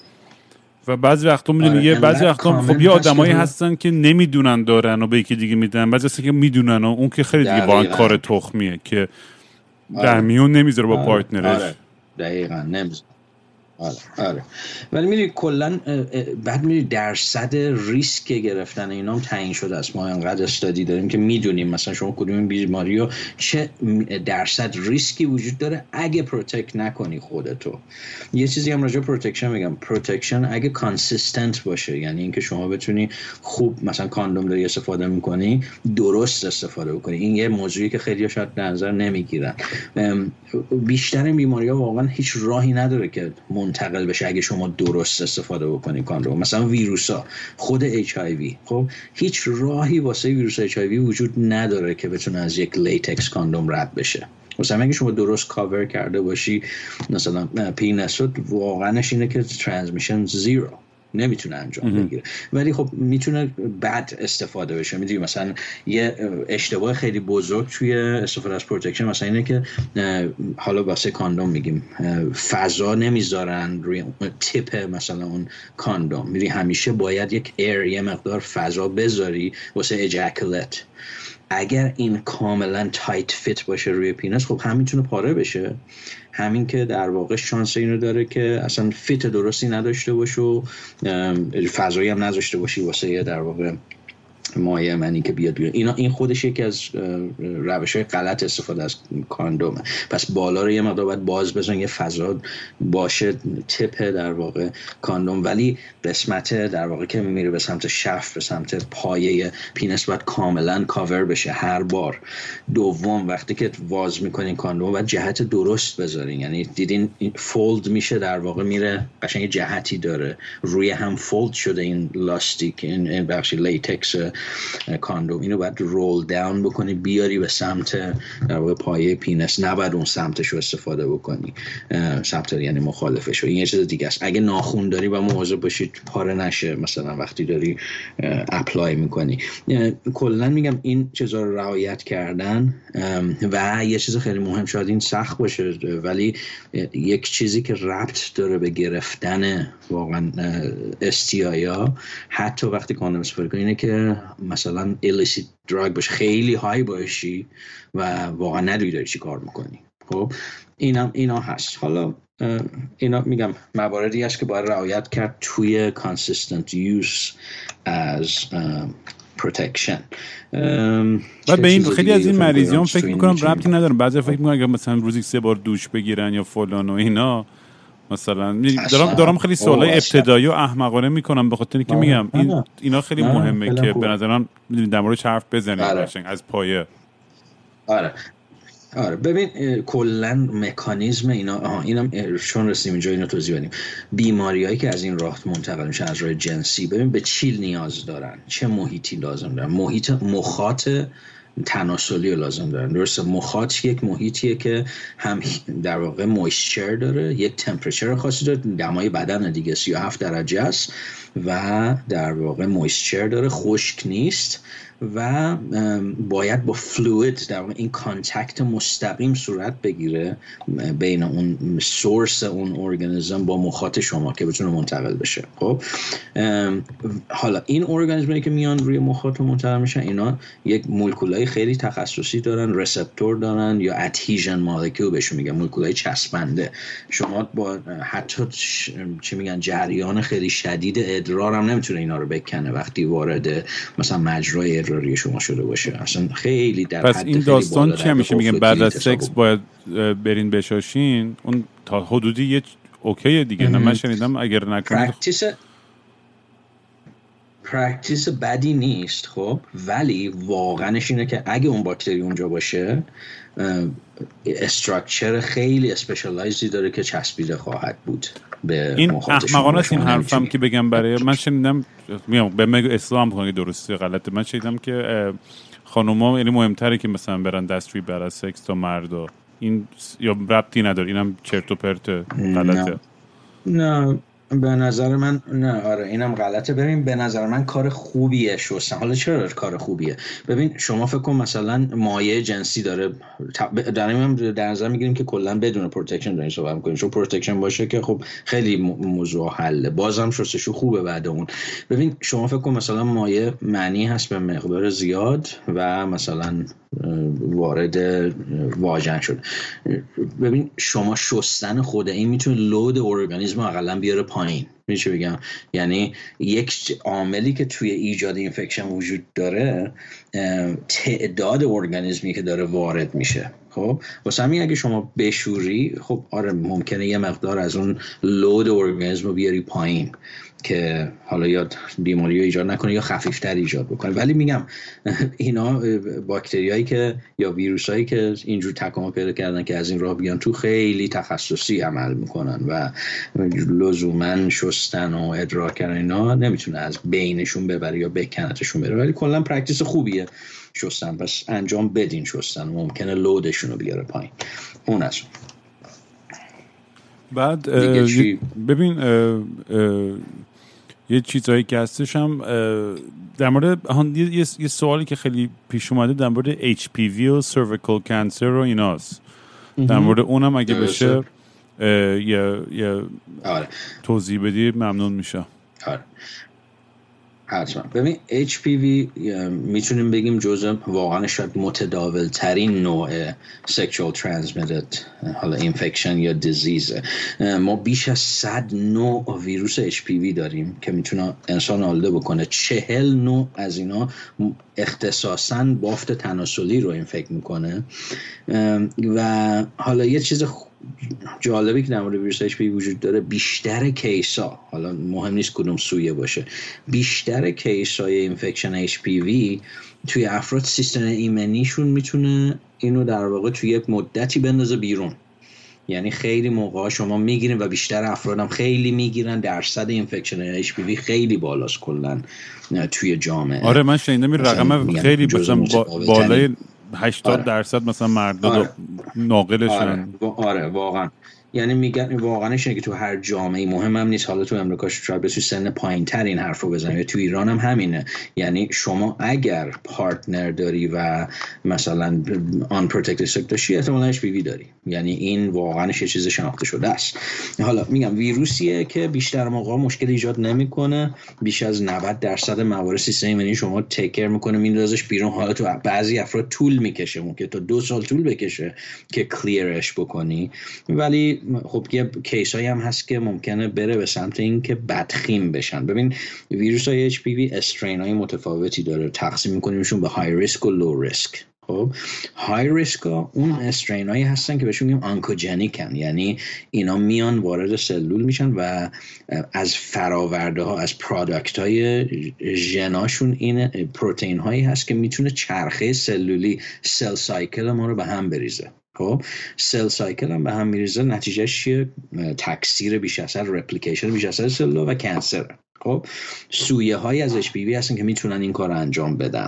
و بعضی وقتا میدونی بعضی وقتا خب یه آدمایی هستن که نمیدونن دارن و به یکی دیگه میدن، بعضی هستن که میدونن و اون که خیلی دیگه واقعا کار تخمیه که در میون نمیذاره با پارتنرش. دقیقاً نمیذاره. آره. ولی میری کلا بعد میری درصد ریسک گرفتن اینا هم تعیین شده است. ما انقدر استادی داریم که میدونیم مثلا شما کدوم بیماری رو چه درصد ریسکی وجود داره اگه پروتکت نکنی خودتو. یه چیزی هم راجع پروتکشن میگم، پروتکشن اگه کانسیستنت باشه، یعنی اینکه شما بتونی خوب مثلا کاندوم داری استفاده میکنی، درست استفاده بکنی. این یه موضوعی که خیلی شاید در نظر نمیگیرن. بیشتر این بیماری‌ها واقعا هیچ راهی نداره که منتقل بشه اگه شما درست استفاده بکنی کاندوم. مثلا ویروسا، خود HIV، خب هیچ راهی واسه ویروس HIV وجود نداره که بتونه از یک لیتکس کاندوم رد بشه. مثلا اگه شما درست کاور کرده باشی مثلا پینس رو، واقعاش اینه که ترانسمیشن زیرو نمیتونه انجام بگیره. ولی خب میتونه بد استفاده بشه. میدونی مثلا یه اشتباه خیلی بزرگ توی استفاده از پروتکشن مثلا اینه که حالا واسه کاندوم میگیم فضا نمیذارن روی تیپ مثلا اون کاندوم. میدونی همیشه باید یک یه مقدار فضا بذاری واسه اجاکولت. اگر این کاملا تایت فیت باشه روی پینس، خب هم میتونه پاره بشه، همین که در واقع شانس اینو داره که اصلا فیت درستی نداشته باشه و فضایی هم نذاشته باشی واسه در واقع مایع منی که بیاد بیرون. این خودش یکی از روش‌های غلط استفاده از کاندومه. پس بالا رو یه مقدار باید باز بزن، یه فضا باشه تپ در واقع کاندوم، ولی قسمت در واقع که میره به سمت شفت، به سمت پایه پینس باید کاملا کاور بشه هر بار. دوم وقتی که واز میکنین کاندوم باید جهت درست بذارین، یعنی دیدین فولد میشه در واقع میره قشنگ جهتی داره، روی هم فولد شده این لاستیک، این بخش لیتکس کاندوم، اینو باید رول داون بکنی بیاری به سمت در واقع پایه پینس، نباید اون سمتش رو استفاده بکنی، سمت یعنی مخالفش رو. این یه چیز دیگه است. اگه ناخون داری با مواظب باشید پاره نشه مثلا وقتی داری اپلای میکنی. کلا میگم این چیزا رو رعایت کردن. و یه چیز خیلی مهم، شاید این سخت باشه ولی یک چیزی که ربط داره به گرفتن واقعا STI ها، حتی وقتی کاندوم استفاده کنی، اینه که مثلا illicit drug باشه، خیلی های باشی و واقعا ندونی داری چی کار میکنی. خب اینا هست. حالا اینا میگم مواردی هست که باید رعایت کرد توی consistent use as protection. و به این خیلی از این مریضیان فکر میکنم ربطی ندارم. بعضی فکر میکنن اگه مثلا روزی 3 بار دوش بگیرن یا فلان و اینا، مثلا دارم خیلی سوالای ابتدایی و احمقانه میکنم به خاطر اینکه میگم اینا خیلی مهمه که به نظرم در موردش حرف بزنیم قشنگ از پایه. آره ببین کلا مکانیزم اینم چون رسیدیم اینجا اینو توضیح بدیم. بیماریایی که از این راه منتقل میشن از راه جنسی، ببین به چی نیاز دارن، چه محیطی لازم دارن. محیط مخاط تناسلی رو لازم دارن. درسته مخاط یک محیطیه که هم در واقع مویسچر داره، یک تمپرچر خاصی داره، دمای بدن دیگه 37 درجه است و در واقع مویسچر داره، خشک نیست و باید با فلوید در واقع این کانتکت مستقیم صورت بگیره بین اون سورس اون ارگانیسم با مخاط شما که بتونه منتقل بشه. خب حالا این ارگانیسمایی که میان روی مخاط منتقل میشن، اینا یک مولکولای خیلی تخصصی دارن، رسپتور دارن یا ادهیژن مولکول بهشون میگن، مولکولای چسبنده. شما با حتی چی میگن جریان خیلی شدید ادرار هم نمیتونه اینا رو بکنه وقتی وارد مثلا مجرای ادراری شما شده باشه. اصلا خیلی در پس این داستان چی میشه؟ میگن بعد از سکس باید برین بشاشین، اون تا حدودی یه اوکیه دیگه. نه من شنیدم اگر نکنید پرکتیس بدی نیست. خب ولی واقعاش اینه که اگه اون باکتری اونجا باشه استراکچر خیلی اسپشیالایزی داره که چسبیده خواهد بود به این احمقانه است این حرفم که بگم برای من شنیدم، میگم به مگه اسلام کنه درسته غلطه. من شنیدم که خانوما یعنی مهمتره که مثلا برن دستشویی برای سکس تا مردا. این یا ربطی نداره، اینم چرت و پرت غلطه. نه به نظر من نه. آره اینم غلطه. ببین به نظر من کار خوبیه شستن. حالا چرا کار خوبیه؟ ببین شما فکر کن مثلا مایع جنسی داره، در نظر میگیریم که کلا بدون پروتکشن دارین صحبت میکنیم، چون پروتکشن باشه که خب خیلی موضوع حله، بازم شستشو خوبه بعد اون. ببین شما فکر کن مثلا مایع معنی هست به مقدار زیاد و مثلا وارد واژن شد. ببین شما شستن خود این میتونه لود ارگانیسم رو اقلا بیاره پایین. میشه بگم یعنی یک عاملی که توی ایجاد اینفکشن وجود داره تعداد ارگانیسمی که داره وارد میشه. خب واسه همین اگه شما بشوری خب آره ممکنه یه مقدار از اون لود ارگانیسم رو بیاری پایین که حالا یا بیماری رو ایجاد نکنه یا خفیفتر ایجاد بکنه. ولی میگم اینا باکتریایی که یا ویروسایی که اینجور تکامل پیدا کردن که از این راه بیان تو خیلی تخصصی عمل میکنن و لزوما شستن و ادرار کردن اینا نمیتونه از بینشون ببره یا بکنتشون بره. ولی کلا پرکتیس خوبیه شستن، پس انجام بدین شستن، ممکنه لودشون رو بیاره پایین. اون از بعد ببین یه چیزایی که هستش هم در مورد یه سوالی که خیلی پیش اومده در مورد HPV و cervical cancer و ایناست. در مورد اونم اگه بشه یه توضیح بدی ممنون میشه. حتما. ببین HPV میتونیم بگیم جزء واقعا شاید متداول ترین نوع sexual transmitted حالا infection یا disease. ما بیش از 100 نوع ویروس HPV داریم که میتونه انسان آلوده بکنه. 40 نوع از اینا اختصاصاً بافت تناسلی رو اینفکت میکنه. و حالا یه چیز جالبی که در مورد ویروس HPV وجود داره، بیشتر کیسا، حالا مهم نیست کدوم سویه باشه، بیشتر کیسای اینفکشن HPV توی افراد سیستم ایمنیشون میتونه اینو در واقع توی یک مدتی بندازه بیرون. یعنی خیلی موقعا شما میگیرین و بیشتر افرادم خیلی میگیرن، درصد اینفکشن HPV خیلی بالاست کلن توی جامعه. آره من شنیدم این رقم خیلی بالای 80% مثلا مردم ناقلشن. آره واقعا. یعنی میگن واقعاش اینه که تو هر جامعه مهم هم نیست، حالا تو امریکا شاید به سن پایین‌تر این حرفو بزنیم، تو ایران هم همینه. یعنی شما اگر پارتنر داری و مثلا آن پروتکتد سکس داشتی احتمالاً HPV داری. یعنی این واقعا یه چیز شناخته شده است. حالا میگم ویروسیه که بیشتر موقع مشکل ایجاد نمیکنه، بیش از 90% موارد سیستم ایمنی شما تیکر میکنه میندازش بیرون. حالا تو بعضی افراد طول میکشه، ممکنه تا 2 سال طول بکشه که کلیرش بکنی. ولی خب یه کیسایی هم هست که ممکنه بره به سمت این که بدخیم بشن. ببین ویروس‌های HPV استرین‌های متفاوتی داره، تقسیم می‌کنیمشون به های ریسک و لو ریسک. خب های ریسک ها اون استرینایی هستن که بهشون میگیم آنکوجنیکن، یعنی اینا میان وارد سلول میشن و از فراورده ها، از پروداکت های ژناشون این پروتئین هایی هست که میتونه چرخه سلولی سل سایکل ما رو به هم بریزه. خب سل سایکل هم به هم میریزه، نتیجهش چیه؟ تکثیر بیش از حد، رپلیکیشن بیش از حد سلول و کانسر. خب سویه های از HPV هستن که میتونن این کار رو انجام بدن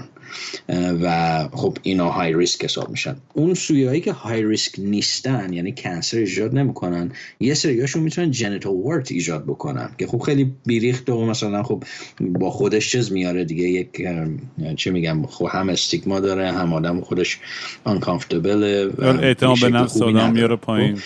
و خب اینا های ریسک حساب میشن. اون سویه هایی که های ریسک نیستن، یعنی کانسر ایجاد نمیکنن، یه سریاشون میتونن جنیتال ورت ایجاد بکنن که خب خیلی بیریخته و مثلا خب با خودش چیز میاره دیگه، یک چه میگم، خب هم استیگما داره، هم آدم خودش uncomfortable، اعتماد به نفس آدم میاره پایین،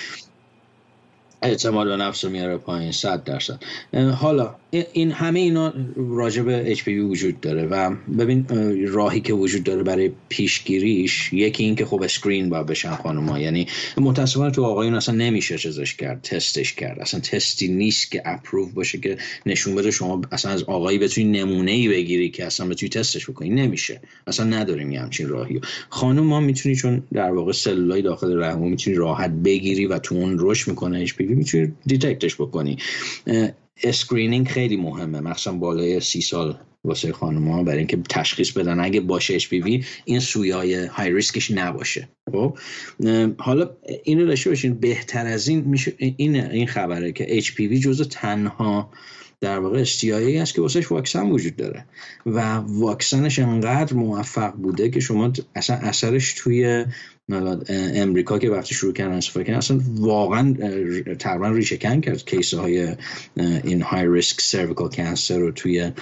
اعتماد به نفس میاره پایین 100%. حالا این همه اینا راجع به HPV وجود داره و ببین راهی که وجود داره برای پیشگیریش، یکی این که خب اسکرین باید بشن خانوما. یعنی متاسفانه تو آقایون اصلا نمیشه چیزش کرد، تستش کرد، اصلا تستی نیست که اپروو باشه که نشون بده شما اصلا از آقایی بتونی نمونه‌ای بگیری که اصلا بتونی تستش بکنی. نمیشه، اصلا نداریم همچین راهی. خانوما میتونی، چون در واقع سلولای داخل رحم میتونی راحت بگیری و تو اون رشد میکنه HPV، میتونی دیتکتش بکنی. اسکرینینگ خیلی مهمه، مخصوصا بالای 30 سال واسه خانم‌ها، برای اینکه تشخیص بدن اگه باشه HPV این سویه‌های های ریسکش نباشه. خب حالا اینو داشته باشین. بهتر از این میشه این خبره که HPV جزو تنها در واقع STI هست که واسهش واکسن وجود داره و واکسنش انقدر موفق بوده که شما اصلا اثرش توی امریکا که وقتی شروع کردن استفاده کردن اصلا واقعا تقریبا ریشه کن کرد کیس های این های ریسک سرویکال کانسر رو توی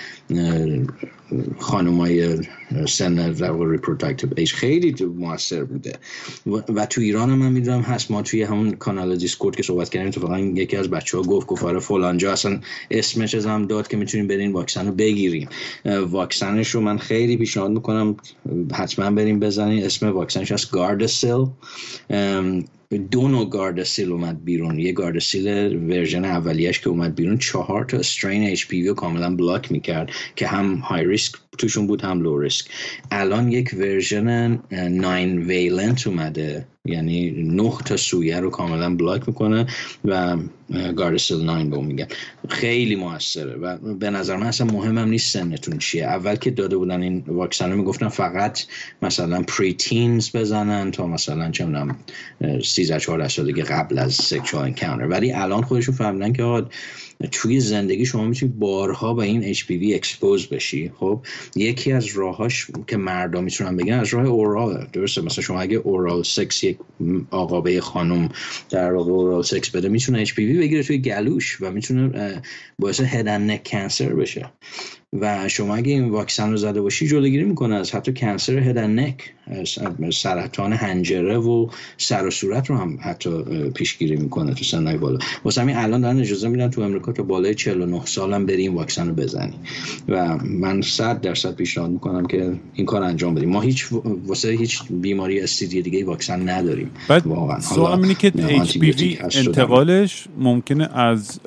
خانمای سن در واقع ریپروداکتیو ایج خیلی موثر بوده و تو ایران هم من میدونم هست. ما توی همون کانال دیسکورد که صحبت کردیم تو واقعا یکی از بچه‌ها گفت آره فلان جا اصلا اسمش هم داد که میتونیم برین واکسن رو بگیریم. واکسنش رو من خیلی پیشنهاد میکنم حتما بریم بزنین. اسم واکسنش هست گارداسیل. 2 نوع گارداسیل اومد بیرون. یه گارداسیل ورژن اولیش که اومد بیرون 4 تا استرین HPV رو کاملا بلاک میکرد که هم های ریسک توشون بود هم لو ریسک. الان یک ورژن 9 ویلنت اومده، یعنی 9 تا سویه رو کاملا بلاک میکنه و گارداسیل 9 به اون میگن. خیلی موثره و به نظر من اصلا مهمم نیست سنتون چیه. اول که داده بودن این واکسن رو میگفتن فقط مثلا پری تینز بزنن تا مثلا چه میدونم 13-14 سالگی قبل از سکشوال انکاونتر، ولی الان خودشون فهمیدن که توی زندگی شما میتونید بارها با این HPV اکسپوز بشی. خب یکی از راهاش که مردم میتونن بگن از راه اورال، درسته؟ مثلا شما اگه اورال سکس یک آقابه خانم در واقع اورال سکس بده میتونه HPV بگیره توی گلوش و میتونه باعث هد اند نک کانسر بشه و شما اگه این واکسن رو زده باشی جلوگیری میکنه از حتی کانسر هد اند نک، سرطان حنجره و سر و صورت رو هم حتی پیشگیری میکنه تو سنای بالا. واسه همین الان دارن اجازه میدن تو امریکا که بالای 49 سالم بری این واکسن رو بزنی و من 100% پیشنهاد میکنم که این کار انجام بدیم. ما واسه هیچ بیماری STD دیگه واکسن نداریم واقعا. سوالم اینه که HPV انتقالش ممکنه از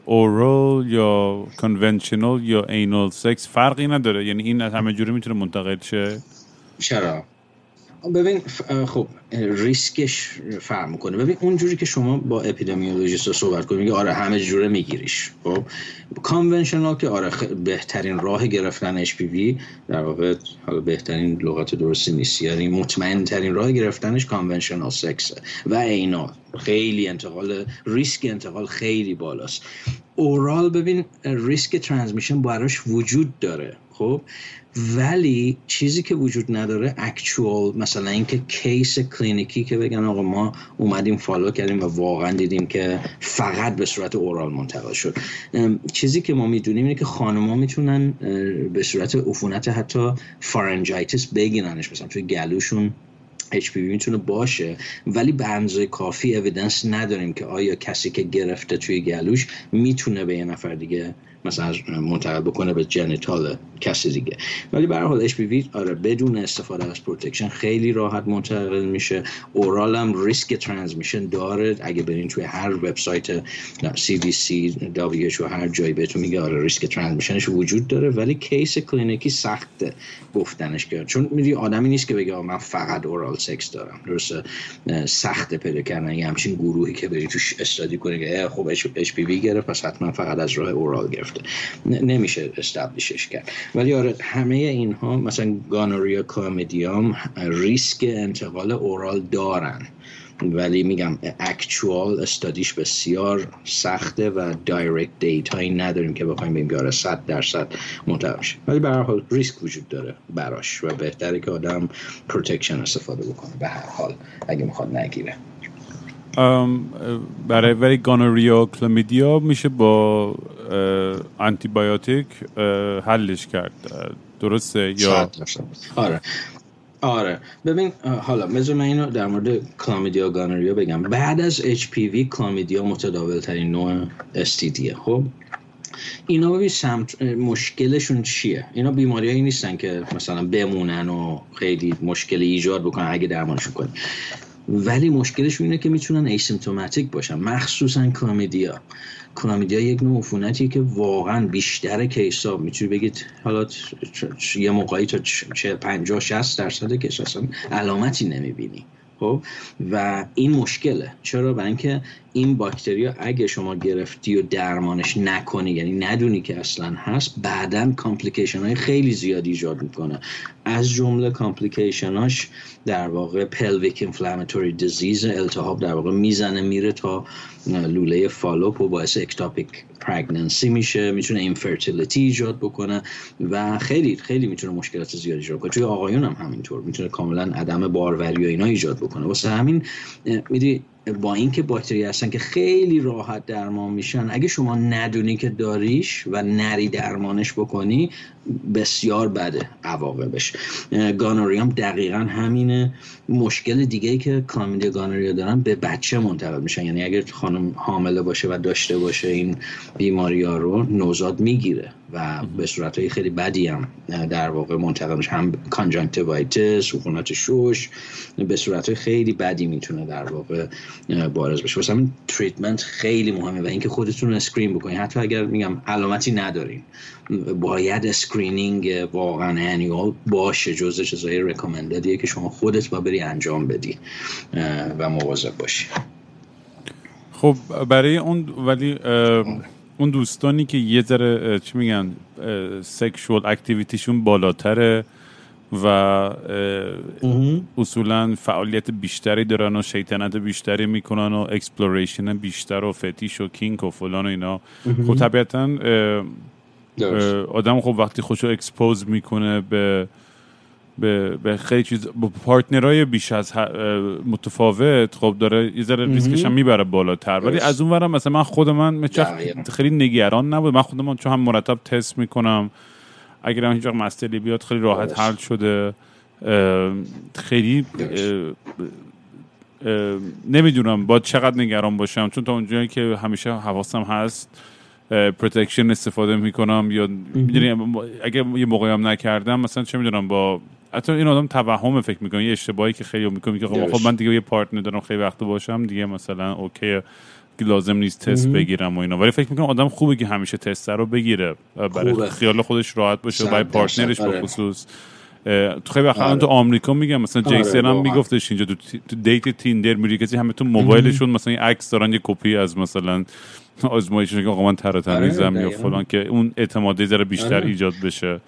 اورال یا کنونشنال یا اینال سکس فرقی نداره؟ یعنی این همه جوری میتونه منتقل شه؟ چرا؟ ببین خب ریسکش فرق میکنه. ببین اونجوری که شما با اپیدمیولوژیست صحبت کنید میگه آره همه جوره میگیریش. خب کانونشنال که آره بهترین راه گرفتن HPV در واقع، حالا بهترین لغت درستی نیست، یعنی مطمئن ترین راه گرفتنش کانونشنال سکس و اینال. خیلی ریسک انتقال خیلی بالاست. اورال ببین ریسک ترانسمیشن براش وجود داره خب، ولی چیزی که وجود نداره اکچوال، مثلا اینکه کیس کلینیکی که بگن آقا ما اومدیم فالو کردیم و واقعا دیدیم که فقط به صورت اورال منتقل شد. چیزی که ما میدونیم اینه که خانم‌ها میتونن به صورت عفونت حتی فارنجایتیس بگیرنش، مثلا توی گلوشون HPV میتونه باشه، ولی به اندازه کافی اویدنس نداریم که آیا کسی که گرفته توی گلوش میتونه به یه نفر دیگه مثلا منتقل بکنه به جنیتال کسی دیگه. ولی به هر حال HPV آره بدون استفاده از پروتکشن خیلی راحت منتقل میشه. اورال هم ریسک ترانسمیشن داره. اگه برین توی هر وبسایت CDC WHO هر جایی بهتون میگه آره ریسک ترانسمیشنش وجود داره، ولی کیس کلینیکی سخته گفتنش که، چون میدونی آدمی نیست که بگه من فقط اورال سکس دارم. درسته سخته پیدا کردن یه همچین گروهی که بری توش استادی کنی که خب HPV گرفت پس حتما فقط از راه اورال گرفته. نمیشه استابلیشش کرد. ولی آره همه اینها مثلا گانوریا، کلامیدیوم ریسک انتقال اورال دارن، ولی میگم اکچوال استادیش بسیار سخته و دایرکت دیتایی نداریم که بخوایم بگیم که 100% منتقل شه، ولی به هر حال ریسک وجود داره براش و بهتره که آدم پروتکشن استفاده بکنه به هر حال اگه میخواد نگیره. برای گانوریا کلامیدیا میشه با آنتی بیوتیک حلش کرد، درسته یا؟ آره ببین حالا مثلا من اینو در مورد کلامیدیا گانوریا بگم. بعد از HPV کلامیدیا متداول ترین نوع STDه. خب اینا ببین مشکلشون چیه؟ اینا بیماریایی نیستن که مثلا بمونن و خیلی مشکل ایجاد بکنن اگه درمانشون کنی، ولی مشکلشون اینه که میتونن ایسیمپتوماتیک باشن. مخصوصا کلامیدیا یک نوع عفونتیه که واقعا بیشتر کیسا میتونی بگید حالا یه موقعی تا 50-60% کیسا اصلا علامتی نمیبینی. خب و این مشکله. چرا؟ برای اینکه این باکتریا اگه شما گرفتی و درمانش نکنی، یعنی ندونی که اصلا هست، بعداً کامپلیکیشن های خیلی زیادی ایجاد میکنه. از جمله کامپلیکیشن هاش در واقع pelvic inflammatory disease، التهاب در واقع میزنه میره تا لوله فالوپ و باعث اکتاپیک پرگننسی میشه، میتونه infertility ایجاد بکنه و خیلی خیلی میتونه مشکلات زیادی ایجاد کنه. توی آقایون هم همینطور میتونه کاملا عدم باروری و اینا ایجاد بکنه. واسه همین میدونی با اینکه باکتری هستن که خیلی راحت درمان میشن، اگه شما ندونی که داریش و نری درمانش بکنی بسیار بده عواقبش. گانوریا هم دقیقاً همینه. مشکل دیگه‌ای که کلامیدیا گانوریا دارن به بچه منتقل میشن، یعنی اگه خانم حامله باشه و داشته باشه این بیماری‌ها رو نوزاد میگیره و به صورت‌های خیلی بدی هم در واقع منتقل میشه، هم کانجنکتیوایتیس، عفونت شش، به صورت‌های خیلی بدی میتونه در واقع بارز بشه. واسه همین تریتمنت خیلی مهمه و اینکه خودتون اسکرین بکنید، حتی اگر میگم علامتی ندارین باید اسکرینینگ واقعا انیوال باشه، جزء چیزای ریکامنددیه که شما خودت با بری انجام بدی و مواظب باشی. خب برای اون ولی اون دوستانی که یه ذره چی میگن سکشوال اکتیویتیشون بالاتره و اصولا فعالیت بیشتری دارن و شیطنت بیشتری میکنن و اکسپلوریشن بیشتر و فتیش و کینک و فلان و اینا، خب طبیعتا آدم خب وقتی خودشو اکسپوز میکنه به خیلی چیز، با پارتنرهای بیش از متفاوت، خب داره یه ذره ریسکش هم میبره بالاتر. ولی از اون ورم مثلا من خودم خیلی نگران نبود، من خودم چون هم مرتب تست میکنم، اگر هم هیچ وقت مسئله بیاد خیلی راحت حل شده. خیلی نمیدونم باید چقدر نگران باشم، چون تا اونجایی که همیشه حواسم هست پروتکشن استفاده میکنم، یا میدونی اگه یه موقعی هم نکردم مثلا چه میدونم با حتی این آدم توهم فکر میکنه یه اشتباهی که خیلی میکنه که خب من دیگه یه پارتنر دارم خیلی وقت باشم دیگه مثلا اوکی لازم نیست تست بگیرم و اینا، ولی فکر میکنم آدم خوبه که همیشه تست رو بگیره برای خیال خودش راحت باشه و برای پارتنرش به خصوص. تو خیلی وقتا تو آمریکا میگم مثلا جیسن هم میگفتش اینجا تو دیت تیندر میری کسی همه تو موبایلشون مثلا یه عکس دارن، یه کپی از مثلا آزمایششون که آقا من تر تمیزم یا فلان، که اون اعتمادی ذره بیشتر ایجاد بشه.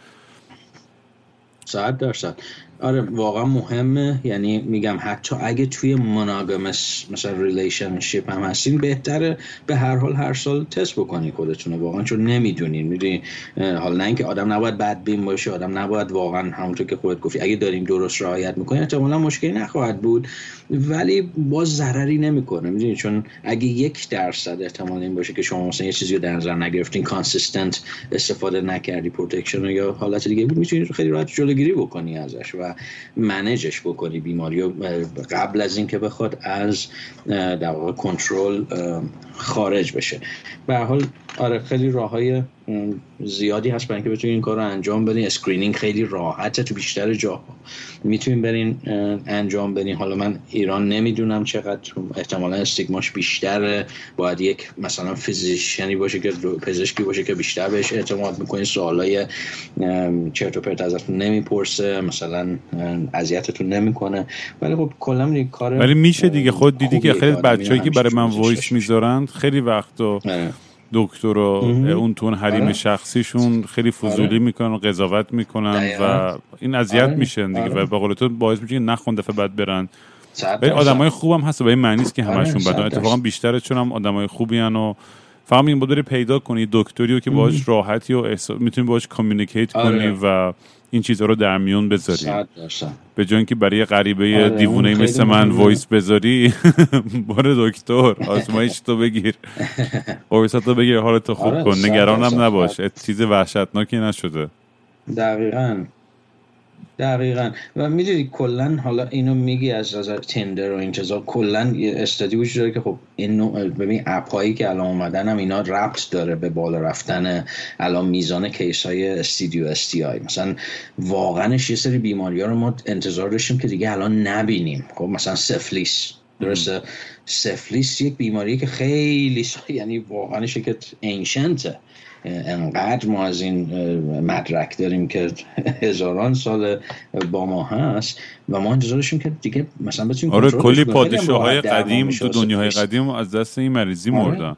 100%. آره واقعا مهمه. یعنی میگم حتی اگه توی مونوگامس مثلا ریلیشنشیپ هم هستین، بهتره به هر حال هر سال تست بکنی خودتون واقعا، چون نمیدونین. میدونی حالا نه اینکه آدم نباید بدبین باشه، آدم نباید واقعا همونطور که خودت گفتی اگه داریم درست رعایت میکنین احتمالاً مشکلی نخواهد بود، ولی باز ضرری نمیکنه. میدونی چون اگه 1% احتمال این باشه که شما مثلا یه چیزی رو در نظر نگرفتین، کانسیستنت استفاده نکردی پروتکشن یا حالت دیگه بود، میتونی خیلی راحت جلوگیری بکنی ازش و منیجش بکنی بیماری قبل از اینکه بخواد از در واقع کنترل خارج بشه. به هر حال آره خیلی راههای زیادی هست برای اینکه بتونین این کار رو انجام بدین. اسکرینینگ خیلی راحته، تو بیشتر جاها میتونین برین انجام بدین. حالا من ایران نمیدونم چقدر، احتمالاً استیگماش بیشتره، باید یک مثلا فیزیشنی باشه که پزشکی باشه که بیشتر بهش اعتماد میکنین، سوالای چرت و پرت ازتون نمیپرسه، مثلا اذیتتون نمیکنه. ولی خب کلا این کار ولی میشه دیگه. خود دیدی که خیلی بچه‌ای که برای من وایس میذارن خیلی وقتا دکتر و اون تون حریم شخصیشون خیلی فضولی میکنن و قضاوت میکنن و این اذیت میشن دیگه و به قول تو باعث میشه که نخون دفعه بعد برن. ولی آدمای خوبم هست و این معنی نیست که همشون بدن، اتفاقا بیشتر چون هم آدمای خوبی ان و فهم این بود پیدا کنی دکتریو که باهاش راحتی و میتونی باهاش کامیونیکیت کنی و این چیزها رو در میون بذاری، به جای اینکه برای غریبه دیوونه مثل من وایس بذاری. بار دکتر آزمایش تو بگیر، قرص تو بگیر، حالت خوب کن، نگرانم نباش، چیز وحشتناکی نشده. دقیقاً. و میدونی کلن حالا اینو میگی از نظر تندر و این چیزا، کلن یه استادی وجود داره که خب این ببین اپ هایی که الان اومدن هم اینا ربط داره به بالا رفتن الان میزان کیس های استیدیو استی مثلا. واقعا یه سری بیماری‌ها رو ما انتظار داشتیم که دیگه الان نبینیم. خب مثلا سفلیس درسته. سفلیس یک بیماری که خیلی یعنی واقعا شکل انشنته، انقدر ما از این مدرک داریم که هزاران سال با ما هست و ما انتظارشیم که دیگه مثلا بتونیم کنترلش کنیم. کلی پادشاه‌های قدیم تو دنیاهای قدیم از دست این مریضی مردن.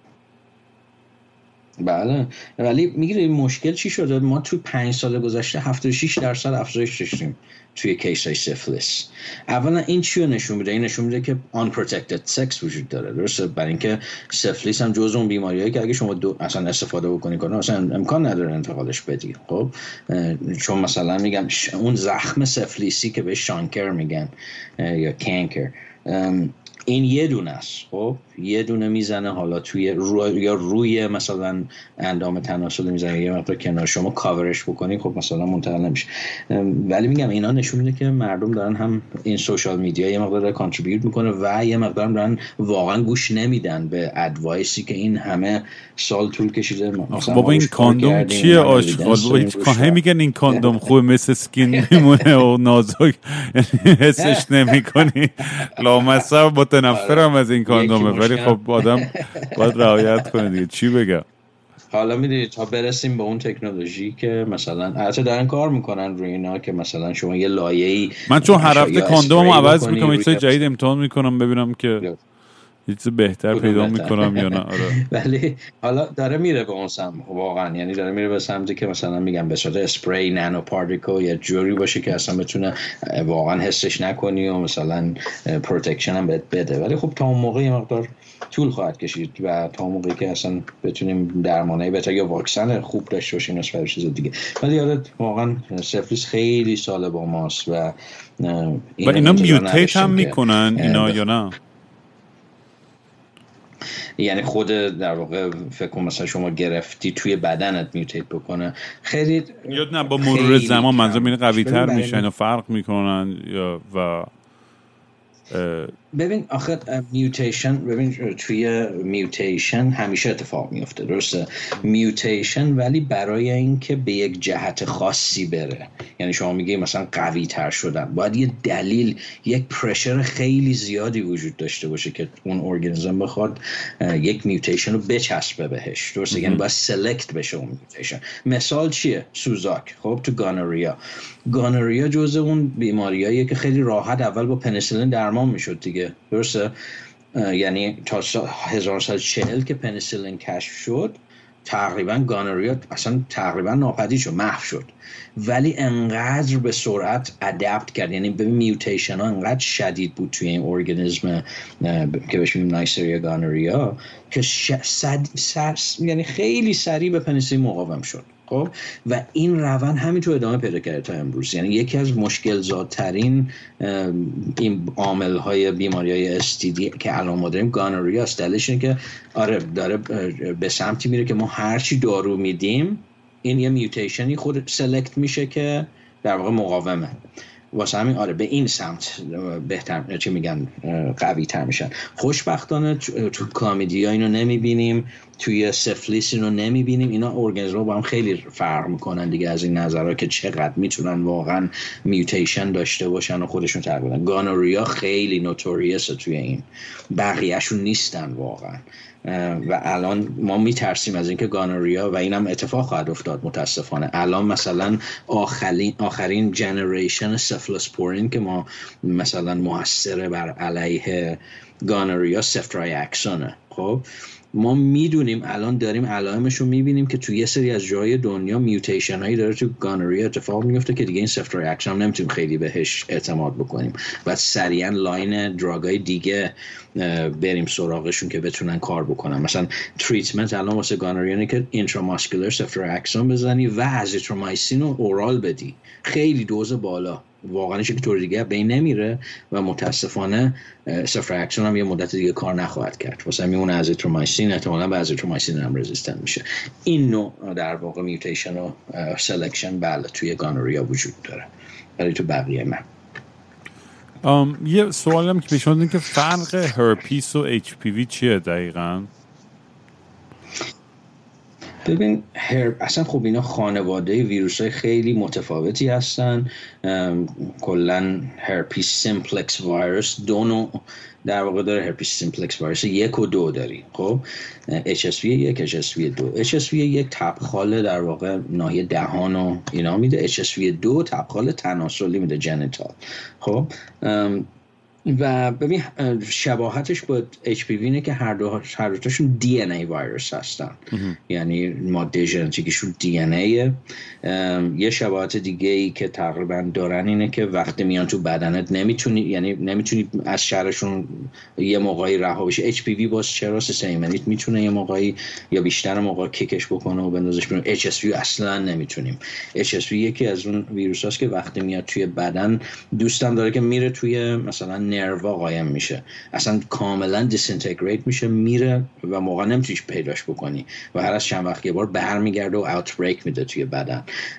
بله، ولی میگیره مشکل چی شده؟ ما تو 5 سال گذشته 76% افزایش داشتیم توی کیس های سفلیس. اولا این چیو نشون میده؟ این نشون میده که unprotected sex وجود داره، درسته؟ برای اینکه سفلیس هم جزو اون بیماریایی که اگه شما اصلا استفاده بکنی کنه اصلا امکان نداره انتقالش بدی. خب چون مثلا میگم اون زخم سفلیسی که به شانکر میگن یا کانکر، این یه دونه است. خب یه دونه میزنه حالا توی یا روی مثلا اندام تناسلی میزنه، یه مقدار کنار شما کاورش بکنی خب مثلا منتقل نمیشه. ولی میگم اینا نشون میده که مردم دارن هم این سوشال میدیا یه مقدار کانتریبیوت میکنه و یه مقدار دارن واقعا گوش نمیدن به ادوایسی که این همه سال طول کشیده. بابا این کاندوم چیه آشغال؟ بابا هیچ کاری میگن این کاندوم خوبه مثل سکین میمونه و نازک، حسش نمیکنی. لامصب متنفرم از این کاندومه، ولی خب آدم باید رعایت کنه دیگه. چی بگم؟ حالا میدونید تا برسیم به اون تکنولوژی که مثلا البته دارن کار میکنن روی اینا که مثلا شما یه لایه‌ای، من چون هر هفته کاندومو عوض میکنم یه چیز جدید امتحان میکنم ببینم که یه چیز بهتر پیدا میکنم یا نه. آره. ولی حالا داره میره به اون سمت واقعا، یعنی داره میره به سمتی که مثلا میگم به صورت اسپری نانو پارتیکل یا جوری باشه که اصلا بتونه واقعا حسش نکنی و مثلا پروتکشن هم بده. ولی خب تا اون موقع یه مقدار طول خواهد کشید و تا اون موقعی که اصلا بتونیم درمانه بهتر یا واکسن خوب داشته باشیم نسبت به چیز دیگه. ولی یادت واقعا سفلیس خیلی سال با ماست و اینا میوتیت هم میکنن اینا یا نه؟ یعنی خود در واقع فکر کنم مثلا شما گرفتی توی بدنت میوتیت بکنه خیلی یا نه با مرور زمان منظورم اینه قوی تر میشن و فرق میکنن یا و ببین آخه میوتیشن، ببین توی میوتیشن همیشه اتفاق میفته، درسته؟ میوتیشن ولی برای اینکه به یک جهت خاصی بره، یعنی شما میگی مثلا قوی تر شدن، باید یه دلیل، یک پرشر خیلی زیادی وجود داشته باشه که اون ارگانیسم بخواد یک میوتیشن رو بچسبه بهش، درسته؟ یعنی باید سلکت بشه اون میوتیشن. مثال چیه؟ سوزاک. خب تو گانوریا جزء اون بیماریاییه که خیلی راحت اول با پنیسیلین درمان میشد دیگه، درسته؟ یعنی تا 1940 که پنیسیلین کشف شد تقریبا گانوریا اصلا تقریبا ناپدید شد، محو شد. ولی انقدر به سرعت ادپت کرد، یعنی به میوتیشن ها انقدر شدید بود توی این ارگانیسم که بهش میگیم نایسریا گانوریا که یعنی خیلی سریع به پنیسیلین مقاوم شد. خب و این روند همینطور ادامه پیدا کرده تا امروز. یعنی یکی از مشکل زادترین این عامل های بیماری های STD که الان ما داریم گانوریا است. دلیلش اینه که آره داره به سمتی میره که ما هرچی دارو میدیم این یه میوتیشنی خود سلکت میشه که در واقع مقاومه. واسه همین آره به این سمت بهتر چی میگن قوی تر میشن. خوشبختانه تو کامیدی ها اینو نمیبینیم، توی سفلیس اینو نمیبینیم. اینا ارگانیسم با هم خیلی فرق میکنن دیگه از این نظرها که چقدر میتونن واقعا میوتیشن داشته باشن و خودشون تغییر بدن. گانوریا خیلی نوتوریسه توی این، بقیه‌شون نیستن واقعا. و الان ما میترسیم از اینکه گانوریا و اینم اتفاق خواهد افتاد متاسفانه. الان مثلا آخرین جنریشن سفلوسپورین که ما مثلا موثر بر علیه گانوریا سفترایاکسونه. خب ما میدونیم الان داریم علائمش رو میبینیم که توی یه سری از جای دنیا میوتیشن هایی داره تو گانوریا اتفاق میفته که دیگه این سفترایاکسون هم نمیتونیم خیلی بهش اعتماد بکنیم و سریعا لاین دراگای دیگه بریم سراغشون که بتونن کار بکنن. مثلا تریتمنت الان واسه گانوریا اینه که اینتراماسکولار سفترایاکسون بزنی و ازیترومایسین رو اورال بدی، خیلی دوز بالا، واقعا که طور دیگه بین نمیره و متاسفانه سفترایاکسون هم یه مدت دیگه کار نخواهد کرد. واسه میمونه ازیترومایسین، احتمالاً به ازیترومایسین هم رزिस्टنت میشه. این نوع در واقع میوتیشن و سلکشن بله توی گانوریا وجود داره، ولی تو بقیه من یه سوالم که پیش اومد که فرق هرپیس و HPV چیه دقیقاً؟ ببین اصلا خب اینا خانواده ویروس‌های خیلی متفاوتی هستن. کلاً هرپیس سیمپلکس ویروس دو نوع در واقع داره. هرپیس سیمپلکس ویروس 1 و 2 داری. خب HSV1 HSV2. HSV1 تبخال در واقع ناحیه دهان و اینا میده. HSV2 تبخال تناسلی میده، جنتال. خب و ببین شباهتش با HPV اینه که هر دوتاشون DNA ویروس هستن. یعنی ماده ژنتیکیشون DNA. یه شباهت دیگه ای که تقریبا دارن اینه که وقتی میان تو بدنت نمیتونی از شرشون یه موقعی رها بشی. HPV باز چرا سیمنیت میتونه یه موقعی یا بیشتر موقع کیکش بکنه و بندازش بیرون. HSV اصلا نمیتونیم. HSV یکی از اون ویروساست که وقتی میاد توی بدن دوستم داره که میره توی مثلا نروا قایم میشه، اصلا کاملا دیسینتگریت میشه، میره و موقع نمیتونیش پیداش بکنی و هر از چند وقت یه بار برمیگرده و اوتبریک میده توی بدن.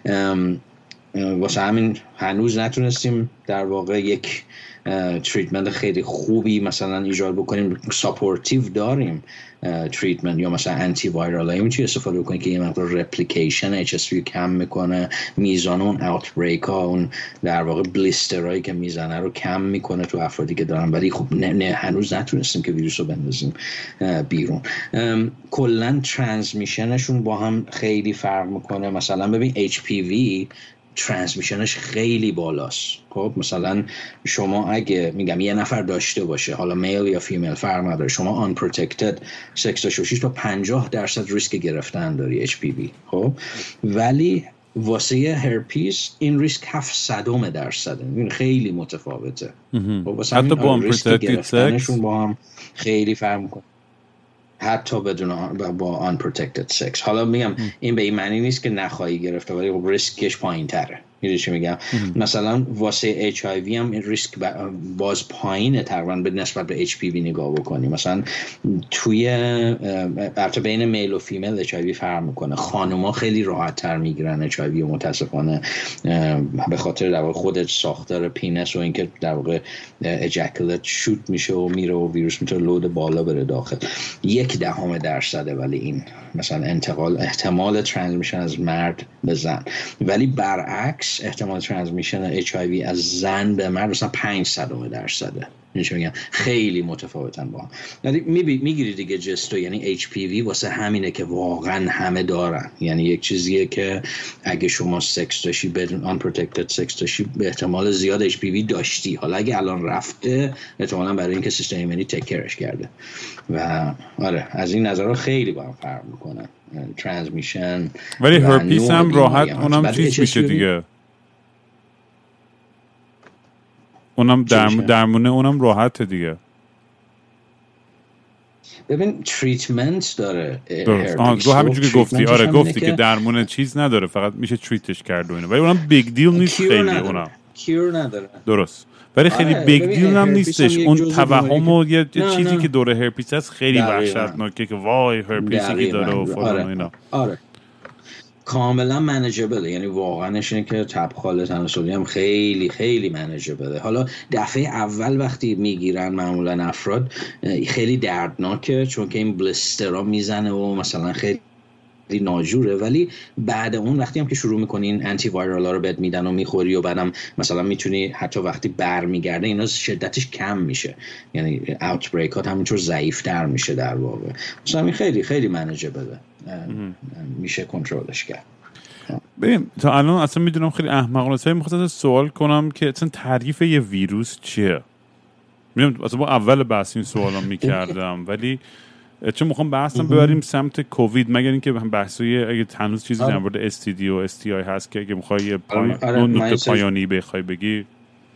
واسه همین هنوز نتونستیم در واقع یک تریتمنت خیلی خوبی مثلا ایجاد بکنیم. ساپورتیو داریم تریتمنت یا مثلا آنتی وایرال هایی میتونی استفاده بکنی که یه مقدار رپلیکیشن HSV کم میکنه، میزان اون اوتبریک ها، اون در واقع بلیسترایی که میزنه رو کم میکنه تو افرادی که دارن. ولی خب هنوز نتونستیم که ویروس رو بندازیم بیرون. کلا ترانسمیشنشون با هم خیلی فرق میکنه. مثلا ببین HPV ترانسمیشنش خیلی بالاست. خب مثلا شما اگه میگم یه نفر داشته باشه، حالا میل یا فیمیل فرق نداره، شما آن پروتکتد سکس داشته باشی تا 50% ریسک گرفتن داری HPV. خب ولی واسه هرپیس این ریسک 700%. این خیلی متفاوته. خب حتی با آن پروتکتد سکس با هم خیلی فرق میکنه، حتی بدون با unprotected sex. حالا میگم این به این معنی نیست که نخواهی گرفته، ولی خب ریسکش پایین تره. میدونی چی میگم؟ مثلا واسه HIV هم این ریسک باز پایینه تقریبا به نسبت به HPV نگاه بکنی. مثلا توی البته بین میل و فیمیل HIV فرق میکنه. خانوما خیلی راحت تر میگیرن HIV و متاسفانه به خاطر در واقع خودت ساختار پینس و اینکه در واقع اجاکولت شوت میشه و میره و ویروس میتونه لود بالا بره داخل. 0.1% ولی این مثلا احتمال ترانسمیشن از مرد به زن. ولی برعکس احتمال ترانسمیشن HIV از زن به مرد مثلا 5%. میگم خیلی متفاوتن با هم. یعنی میگیری دیگه جستو. یعنی HPV واسه همینه که واقعا همه دارن. یعنی یک چیزیه که اگه شما سکس داشتی بدون unprotected سکس داشتی به احتمال زیاد HPV داشتی. حالا اگه الان رفته احتمالاً برای اینکه سیستم ایمنی تکرش کرده. و آره از این نظر خیلی با هم فرق میکنن ترانسمیشن. ولی هرپیس هم راحت اونم چیز میشه دیگه. اونم درمونه اونم راحته دیگه. ببین تریتمنت داره. تو همینجوری که گفتی، آره گفتی که درمونه چیز نداره، فقط میشه تریتش کرد و اینا. ولی اونم بیگ دیل نیست خیلی. اونم کیور نداره. درست. ولی خیلی بیگ دیل هم نیستش. اون توهم و یه چیزی که دور هرپیس هست خیلی وحشتناکه که وای هرپیسی که داره و فلان و اینا. آره کاملا منیجبله. یعنی واقعاش اینه که تبخال تناسلی هم خیلی خیلی منیجبله. حالا دفعه اول وقتی میگیرن معمولا افراد خیلی دردناکه چون که این بلیسترها میزنه و مثلا خیلی ناجوره. ولی بعد اون وقتی هم که شروع میکنین آنتی وایرال ها رو بهت میدن و میخوری و بعدم مثلا میتونی حتی وقتی برمیگرده اینا شدتش کم میشه. یعنی اوتبریکات همینطور ضعیف‌تر میشه در واقع. مثلا این خیلی خیلی منیجبله، میشه کنترلش کرد. ببین تا الان اصلا میدونم خیلی احمقانه میخواستم سوال کنم که اصلا تعریف یه ویروس چیه. میدونم اصلا با اول بحث این سوالا میکردم ولی چون میخوام بحثم ببریم سمت کووید، مگر اینکه بحثای اگه هنوز چیزی در مورد STD و STI هست که اگه میخوای نکته پایانی بخوای بگی.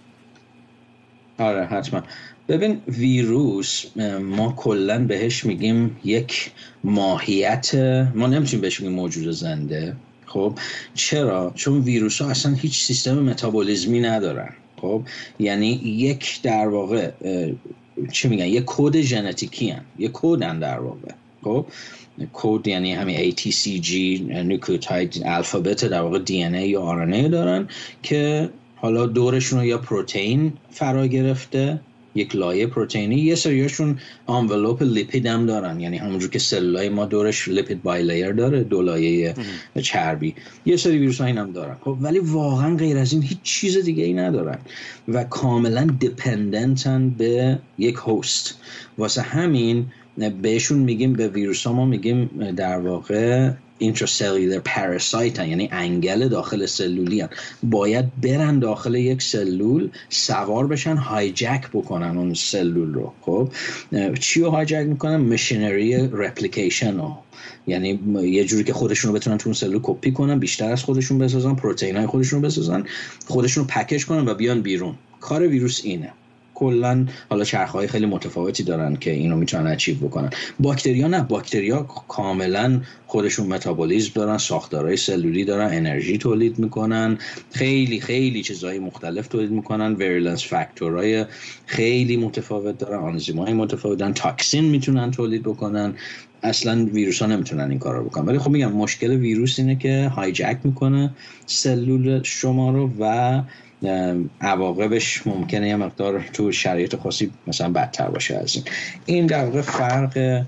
آره حتما. ببین ویروس ما کلن بهش میگیم یک ماهیت، ما نمیتونیم بهش بگیم موجود زنده. خب چرا؟ چون ویروس ها اصلا هیچ سیستم متابولیزمی ندارن. خب یعنی یک در واقع چی میگن یک کد ژنتیکی ان، یک کدن در واقع. خب کد یعنی همین ATCG نیوکلیوتاید الفابت در واقع DNA یا RNA دارن که حالا دورشون یا پروتئین فرا گرفته یک لایه پروتئینی. یه سریاشون انولوپ لیپید هم دارن، یعنی همونجور که سلولای ما دورش لیپید بایلیر داره، 2 لایه چربی، یه سری ویروس ها این هم دارن. خب ولی واقعا غیر از این هیچ چیز دیگه ای ندارن و کاملا دیپندنتن به یک هست. واسه همین بهشون میگیم، به ویروس ها ما میگیم در واقع intracellular parasite، یعنی انگل داخل سلولی هن. باید برن داخل یک سلول، سوار بشن، هایجک بکنن اون سلول رو. خب چی رو هایجک میکنن؟ مشینری رپلیکیشن رو، یعنی یه جوری که خودشون رو بتونن تو اون سلول کپی کنن، بیشتر از خودشون بسازن، پروتئین های خودشون رو بسازن، خودشون رو پکیج کنن و بیان بیرون. کار ویروس اینه. کلا حالا چرخهای خیلی متفاوتی دارن که اینو میتونن اچیو بکنن. باکتریا نه، باکتریا کاملا خودشون متابولیسم دارن، ساختارهای سلولی دارن، انرژی تولید میکنن، خیلی خیلی چیزهای مختلف تولید میکنن، ویرولنس فاکتورهای خیلی متفاوت دارن، آنزیم‌های متفاوت دارن، تاکسین میتونن تولید بکنن. اصلا ویروس ها نمیتونن این کار رو بکنن. ولی خب میگم مشکل ویروس اینه که هایجک میکنه سلول شما رو و عواقبش ممکنه یه مقدار تو شرایط خاصی مثلا بدتر باشه از این. این در واقع فرق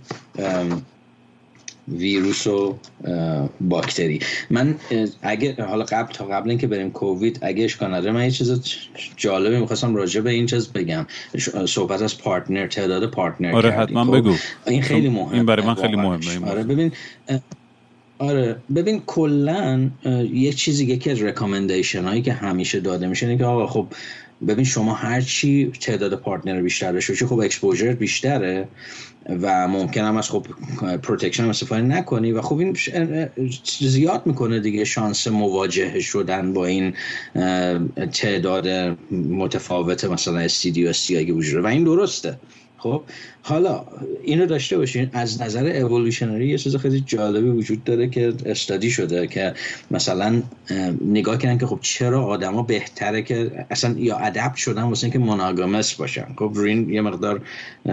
ویروس و باکتری. من اگه حالا قبل اینکه بریم کووید، اگه اشکال نداره، من یه چیز جالبی می‌خواستم راجع به این چیز بگم. صحبت از پارتنر، تعداد پارتنر. آره حتما بگو. این خیلی مهمه. این برای من خیلی مهمه. آره ببین کلا یه چیزی، یکی از ریکامندیشن هایی که همیشه داده میشه اینه که آقا خب ببین شما هر چی تعداد پارتنر بیشتر بشه، خب اکسپوژر بیشتره و ممکن هم از خب پروتکشن استفاده نکنی و خب این زیاد میکنه دیگه شانس مواجهه شدن با این تعداد متفاوت مثلا STD و STI که وجوده و این درسته. خب حالا اینو داشته باشین، از نظر اِوولوشنری یه چیز خیلی جالبی وجود داره که استادی شده که مثلا نگاه کردن که خب چرا آدما بهتره که اصلا یا ادپت شدن واسه اینکه مونوگامس باشن. خب این یه مقدار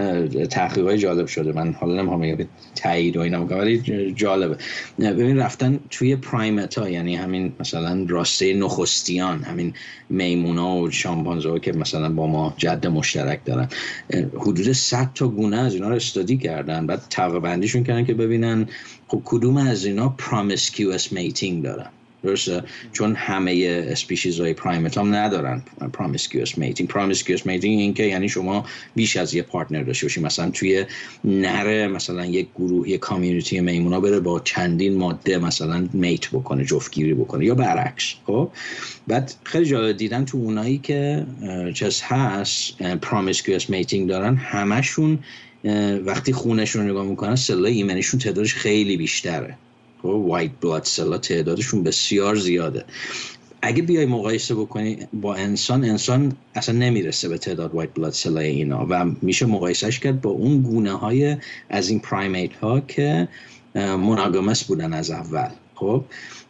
تحقیقات جالب شده، من حالا نمیخوام بگم تایید و اینا، ولی جالبه. ببین رفتن توی پرایمتا، یعنی همین مثلا راسته نخستیان، همین میمونا و شامپانزه که مثلا با ما جد مشترک دارن، حدود 100 تا گونه از اینا رو استادی کردن، بعد طبقه بندیشون کردن که ببینن خب کدوم از اینا پرومیسکیوس میتینگ دارن. درسته؟ چون همه اسپیشیز های پرایمت هم ندارن پرومیسکیوس میتینگ. پرومیسکیوس میتینگ این که یعنی شما بیش از یه پارتنر داشته باشی، مثلا توی نره مثلا یک گروه، یک کامیونیتی میمونا بره با چندین ماده مثلا میت بکنه، جفتگیری بکنه یا برعکس. خب بعد خیلی جالب دیدن تو اونایی که چیز هست پرومیسکیوس میتینگ دارن، همشون وقتی خونشون رو نگاه میکنن سلای ایمنیشون تعدادش خیلی بیشتره. وایت بلاد سل تعدادشون بسیار زیاده. اگه بیای مقایسه بکنی با انسان اصلا نمیرسه به تعداد وایت بلاد سل اینا و میشه مقایسهش کرد با اون گونه های از این پرایمیت ها که مونوگامس بودن از اول. خب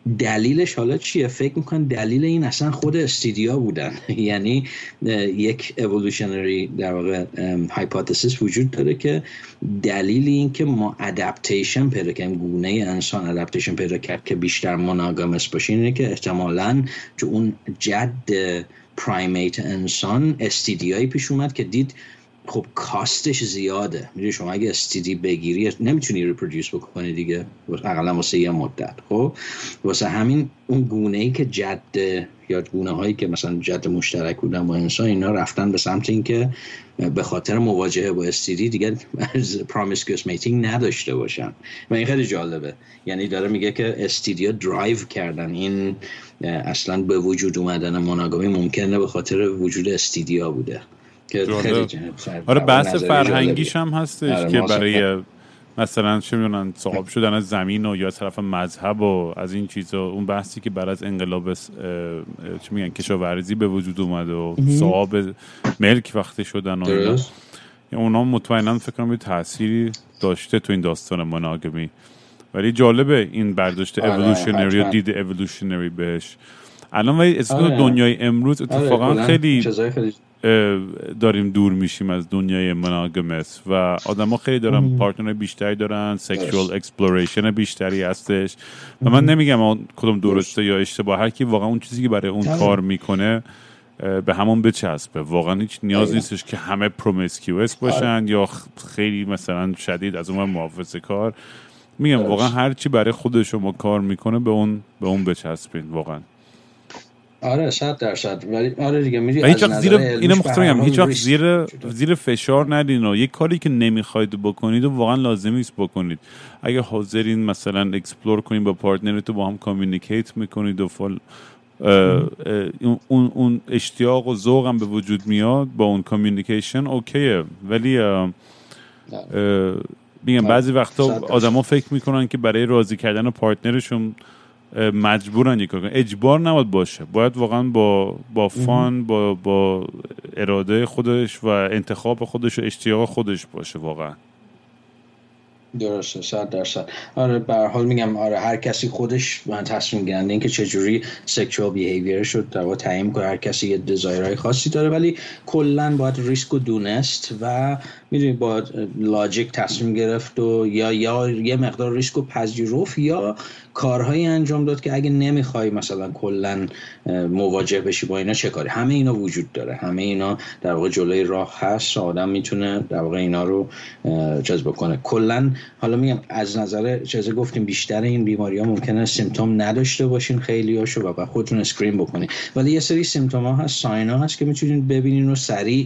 دلیلش حالا چیه؟ فکر میکنن دلیل این اصلا خود استیدیا بودن. یعنی یک اِوولوشنری در واقع هایپوتزیس وجود داره که دلیل این که ما ادپتیشن پیدا کردیم، گونه انسان ادپتیشن پیدا کرد که بیشتر مونوگامس باشه، اینه که احتمالاً تو اون جد پرایمیت انسان استیدیایی پیش اومد که دید خب کاستش زیاده. میدونی شما اگه STD بگیری نمیتونی ریپرودیوس بکنی دیگه، اقلا واسه یه مدت. خب واسه همین اون گونه‌ای که جد یا گونه هایی که مثلا جد مشترک بودن با انسان، اینا رفتن به سمت این که به خاطر مواجهه با STD دیگه پرومیسکیوس میتینگ نداشته باشن. و این خیلی جالبه، یعنی داره میگه که STD ها درایو کردن این اصلا به وجود اومدن مونوگامی ممکنه به خاطر وجود STD ها بوده. آره بحث فرهنگیش هم هستش که برای مثلا چه میدونن صاحب شدن از زمین و یا طرف مذهب و از این چیزا، اون بحثی که بعد از انقلاب چه میگن کشاورزی به وجود اومد و صاحب ملک وقتی شدن و اونا مطمئنا فکر کنم یه تأثیری داشته تو این داستان مونوگامی. ولی جالبه این برداشت اِوولوشنری و دید اِوولوشنری بهش. الان ولی اسم دنیای امروز اتفاقا خیلی داریم دور میشیم از دنیای مونوگامس و آدما خیلی دارن پارتنر بیشتری دارن، سکشوال اکسپلوریشن بیشتری هستش و من نمیگم کدوم درسته یا اشتباه، هر کی واقعا اون چیزی که برای اون کار میکنه به همون بچسبه. واقعا هیچ نیاز نیستش که همه پرومیسکیوس باشن یا خیلی مثلا شدید از اون محافظه کار. میگم واقعا هر چی برای خود شما کار میکنه به اون بچسبین واقعا. آره 100%. ولی آره دیگه میری هیچ وقت هیچ وقت زیر فشار ندین و یک کاری که نمیخواید بکنید و واقعا لازمی است بکنید. اگه حاضرین مثلا اکسپلور کنید با پارتنرتون، با هم کامیونیکیت میکنید و اون اشتیاق و ذوق هم به وجود میاد با اون کامیونیکیشن، اوکیه. ولی میگم بعضی وقتا آدما فکر میکنن که برای راضی کردن پارتنرشون مجبورن یک کار کنن. اجبار نباید باشه، باید واقعا با فان با اراده خودش و انتخاب خودش و اشتیاق خودش باشه واقعا. درسته 100%. آره به هر حال میگم آره هر کسی خودش تصمیم گیرنده این که چجوری سکشوال بیهیویر شد در واقع تعیین کنه. هر کسی یه دیزایرهای خاصی داره، ولی کلا باید ریسک رو دونست و میدونی باید لاجیک تصمیم گرفت و یا یه مقدار ریسک رو پذیرفت یا کارهایی انجام داد که اگه نمیخوای مثلا کلا مواجه بشی با اینا چه کاری. همه اینا وجود داره، همه اینا در واقع جلوی راه هست، آدم میتونه در واقع اینا رو جذب کنه. کلا حالا میگم از نظر چیزی گفتیم بیشتر این بیماری‌ها ممکنه سیمپتوم نداشته باشین خیلیاشو و بعد خودتون اسکرین بکنین، ولی یه سری سیمپتوم‌ها هست، ساین‌ها هست که میتونین ببینین و سریع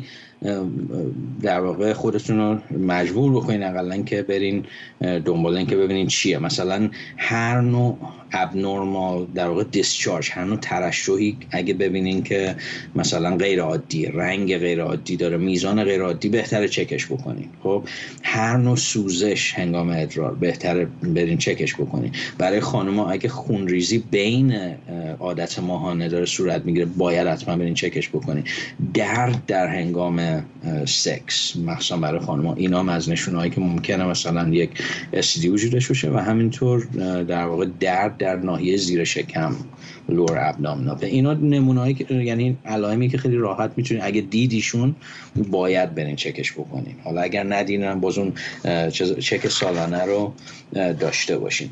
در واقع خودتون رو مجبور بکنین حداقل که برین دنبال این که ببینین چیه. مثلا هر نوع ابنورمال در واقع دیسچارج، هر نوع ترشحی اگه ببینین که مثلا غیر عادی، رنگ غیر عادی داره، میزان غیر عادی، بهتره چکش بکنین. خب هر نوع سوزش هنگام ادرار بهتره برین چکش بکنین. برای خانم‌ها اگه خونریزی بین عادت ماهانه داره صورت میگیره باید حتما برین چکش بکنین. درد در هنگام سکس مخصوصا برای خانم‌ها اینا از نشونهایی که ممکنه مثلا یک STD وجودش باشه و همینطور در واقع درد در ناحیه زیر شکم لور ابدومینال. اینا نمونه‌هایی که یعنی علائمی که خیلی راحت میتونید اگه دیدیشون باید برین چکش بکنین. حالا اگر ندیدن باز اون چک سالانه رو داشته باشین.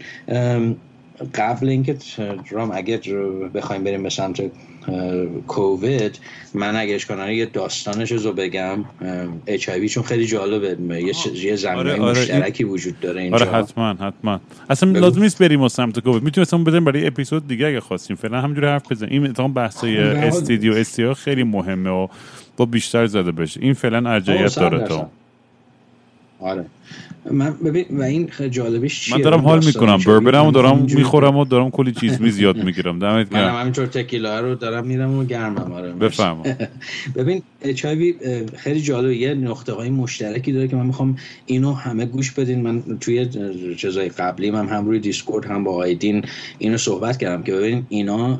قبل اینکه رام اگر بخوایم بریم به سمت کووید، من اگه اشکانه یه داستانش رو بگم HIV چون خیلی جالبه، یه زمینه مشترکی وجود داره اینجا. آره حتما اصلا لازم نیست بریم سمت کووید، میتونیم اصلا بذاریم برای اپیزود دیگه اگه خواستیم. فعلا همینجوری حرف بزنیم. این مثلا بحثای STD و STI خیلی مهمه و با بیشتر زده بشه. این فعلا ارجحیت داره تا. آره من ببین و این خیلی جالبش چیه، من دارم حال میکنم، بربرمو دارم میخورم و دارم کلی چیز زیاد میگیرم. دمت گرم. منم همینطور تکیلا رو دارم میرم و گرمم. آره بفهم. ببین HIV خیلی جالبه، یه نقطه‌های مشترکی داره که من میخوام اینو همه گوش بدین. من توی چیزای قبلی هم روی دیسکورد هم با آیدین اینو صحبت کردم که ببین اینا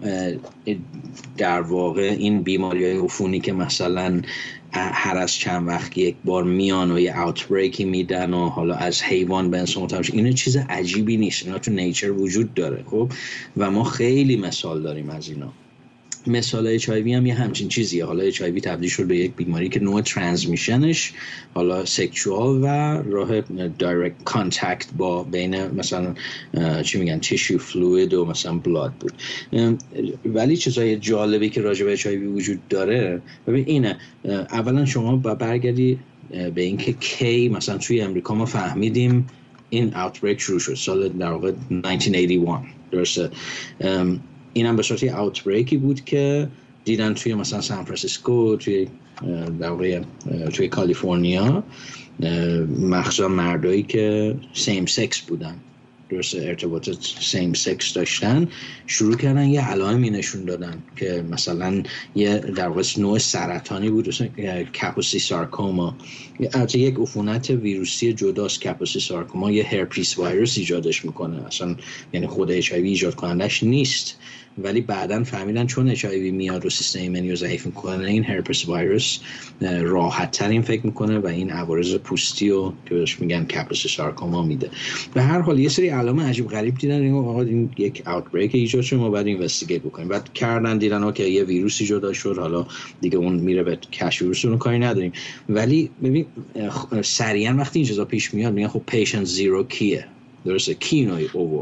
در واقع این بیماری‌های عفونی که مثلا هر از چند وقت یک بار میان و یه اوتبریکی میدن و حالا از حیوان به انسان منتقل میشه، اینا چیز عجیبی نیست، اینا تو نیچر وجود داره. خب و ما خیلی مثال داریم از اینا. مثال HIV هم یه همچین چیزیه. حالا HIV تبدیل شد به یک بیماری که نوع ترانسمیشنش حالا سکشوال و راه دایرکت کانتکت با بین مثلا چی میگن تیشو فلوید و مثلا بلاد بود. ولی چیزای جالبی که راجع به HIV وجود داره ببین اینه، اولا شما برگردی به اینکه کی مثلا توی امریکا ما فهمیدیم این اوتبریک شروع شد سال در واقع 1981 درسته. اینم به صورت اوتبریکی بود که دیدن توی مثلا سان فرانسیسکو، توی در واقع توی کالیفرنیا، مخصوصا مردایی که سیم سکس بودن، درسته ارتباط سیم سکس داشتن، شروع کردن یه علائمی نشون دادن که مثلا یه در واقع نوع سرطانی بود، کاپوسی سارکوما. البته یک عفونت ویروسی جداست. کاپوسی سارکوما یه هرپیس ویروس ایجادش میکنه، اصلا یعنی خود HIV ایجاد کنندش نیست، ولی بعداً فهمیدن چون HIV میاد و سیستم ایمنی رو ضعیف میکنه، این هرپس ویروس راحت تر این فکر میکنه و این عوارض پوستی رو که بهش میگن کاپوسی سارکوما میده. به هر حال یه سری علائم عجیب غریب دیدن، این یک اوتبریک ایجاد شد، ما بعد اینوستیگیت بکنیم. بعد کردن دیدن که یه ویروسی جدا شد، حالا دیگه اون میره به کشف ویروس، اون کاری نداریم. ولی ببین سریعا وقتی این چیزا پیش میاد میگن خب پیشنت زیرو کیه، درسته کی اینو آورد،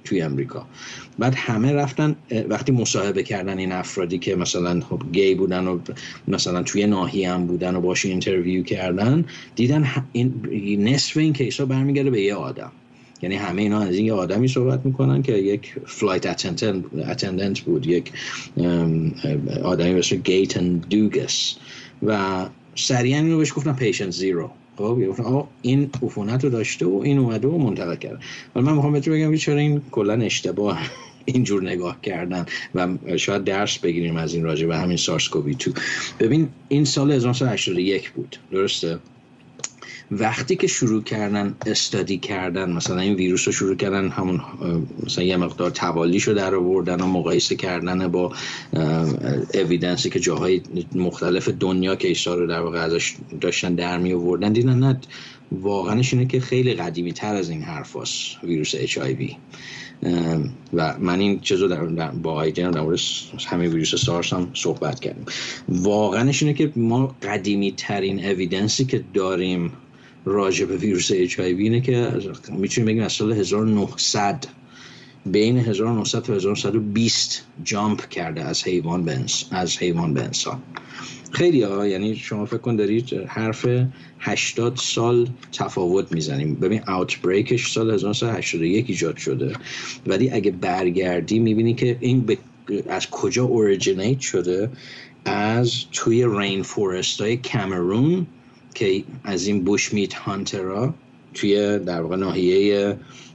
توی امریکا. بعد همه رفتن وقتی مصاحبه کردن این افرادی که مثلا گی بودن و مثلا توی ناحیه هم بودن و باشه اینترویو کردن، دیدن این نصف این کیسا برمیگرده به یه آدم. یعنی همه اینا از این یه آدمی صحبت میکنن که یک فلایت اتندنت بود، یک آدمی به اسم گیتن دوگس، و سریعا اینو بهش گفتن پیشنت زیرو. خب گفتن این عفونت رو داشته و این اومده و منتقل کرد. ولی من میخوام بهتون بگم که چرا این کلا اشتباه اینجور نگاه کردن و شاید درس بگیریم از این راجع به همین سارس کووی 2. ببین این سال 1981 بود، درسته؟ وقتی که شروع کردن استادی کردن مثلا این ویروس رو شروع کردن، همون مثلا یه مقدار توالیشو در آوردن و مقایسه کردن با اویدنسی که جاهای مختلف دنیا کیسا رو در واقع ازش داشتن در می آوردن، دیدن نه واقعاش اینه که خیلی قدیمی تر از این حرفاست ویروس HIV. و من این چیزو با آیدین در مورد همین ویروس سارس هم صحبت کردیم. واقعاش اینه که ما قدیمی ترین اویدنسی که داریم راجع به ویروس HIV اینه که میتونیم بگیم از سال 1900 بین 1900 تا 1920 جامپ کرده از حیوان به انسان. خیلی یعنی شما فکر کن دارید حرف 80 سال تفاوت میزنیم. ببین اوتبریکش سال 1981 ایجاد شده، ولی اگه برگردی میبینی که این از کجا اوریجینیت شده، از توی رین فورست های کامرون که از این بوش میت هانترها توی در واقع ناحیه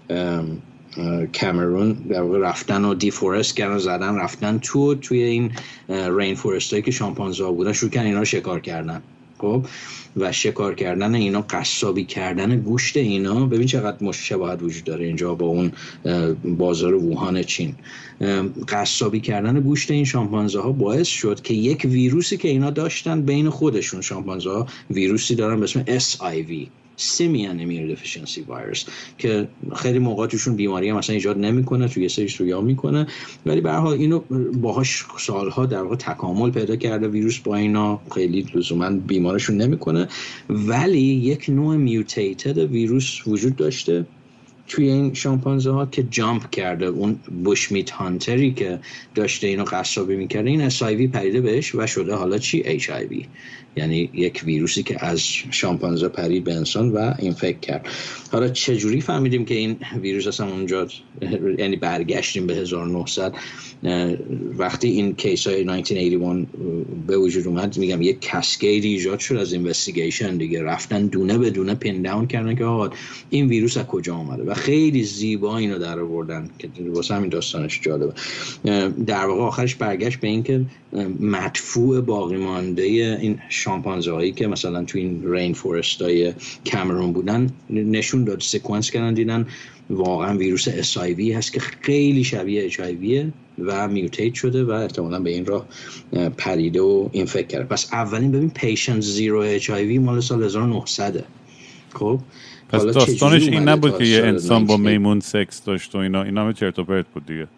کامرون در واقع رفتن و دیفورست کردن، زدن رفتن توی این رین فورست هایی که شامپانزه ها بودن، شروع کردن اینا رو شکار کردن. خب و شکار کردن اینا، قصابی کردن گوشت اینا، ببین چقدر مشابهت وجود داره اینجا با اون بازار ووهان چین. قصابی کردن گوشت این شامپانزه ها باعث شد که یک ویروسی که اینا داشتن بین خودشون، شامپانزه ها ویروسی دارن به اسم SIV Simian Immunodeficiency Virus که خیلی موقع توشون بیماری هم مثلا ایجاد نمیکنه، توی سری سویا میکنه، ولی به هر حال اینو باهاش سالها در واقع تکامل پیدا کرده ویروس، با اینا خیلی لزوما بیمارشون نمیکنه، ولی یک نوع میوتیتد ویروس وجود داشته توی این شامپانزه ها که جامپ کرده. اون بوش میت هانتری که داشته اینو قصابی میکرده، این SIV پریده بهش و شده حالا چی؟ HIV. یعنی یک ویروسی که از شامپانزه پرید به انسان و اینفکت کرد. حالا چجوری فهمیدیم که این ویروس اصلا اونجا، یعنی برگشتیم به 1900 وقتی این کیس های 1981 به وجود اومد، میگم یک کاسکید ایجاد شد از اینوستیگیشن دیگه، رفتن دونه به دونه پین داون کردن که آقا این ویروس از کجا اومده و خیلی زیبا اینو در آوردن که واسه همین داستانش جالبه. در واقع آخرش برگشت به این که مدفوع باقی مانده این شامپانزه هایی که مثلا تو این رین فورست های کامرون بودن نشون داد، سکوانس کردن، دیدن واقعا ویروس SIV هست که خیلی شبیه HIV و میوتیت شده و احتمالاً به این راه پریده و اینفکت کرده. پس اولین ببین پیشنت زیرو HIV مال سال 1900. خب پس داستانش این نبود که یه انسان با میمون سکس داشت و اینا همه چرت و پرت بود دیگه.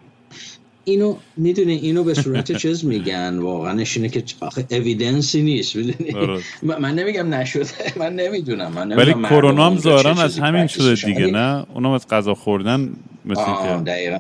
اینو میدونی، اینو به صورت چیز میگن، واقعا اینه که آخه اویدنسی نیست، میدونی. من نمیگم نشده، من نمیدونم، ولی کرونا هم ظاهرا از همین شده دیگه، نه اونم از غذا خوردن مثل که دقیقاً.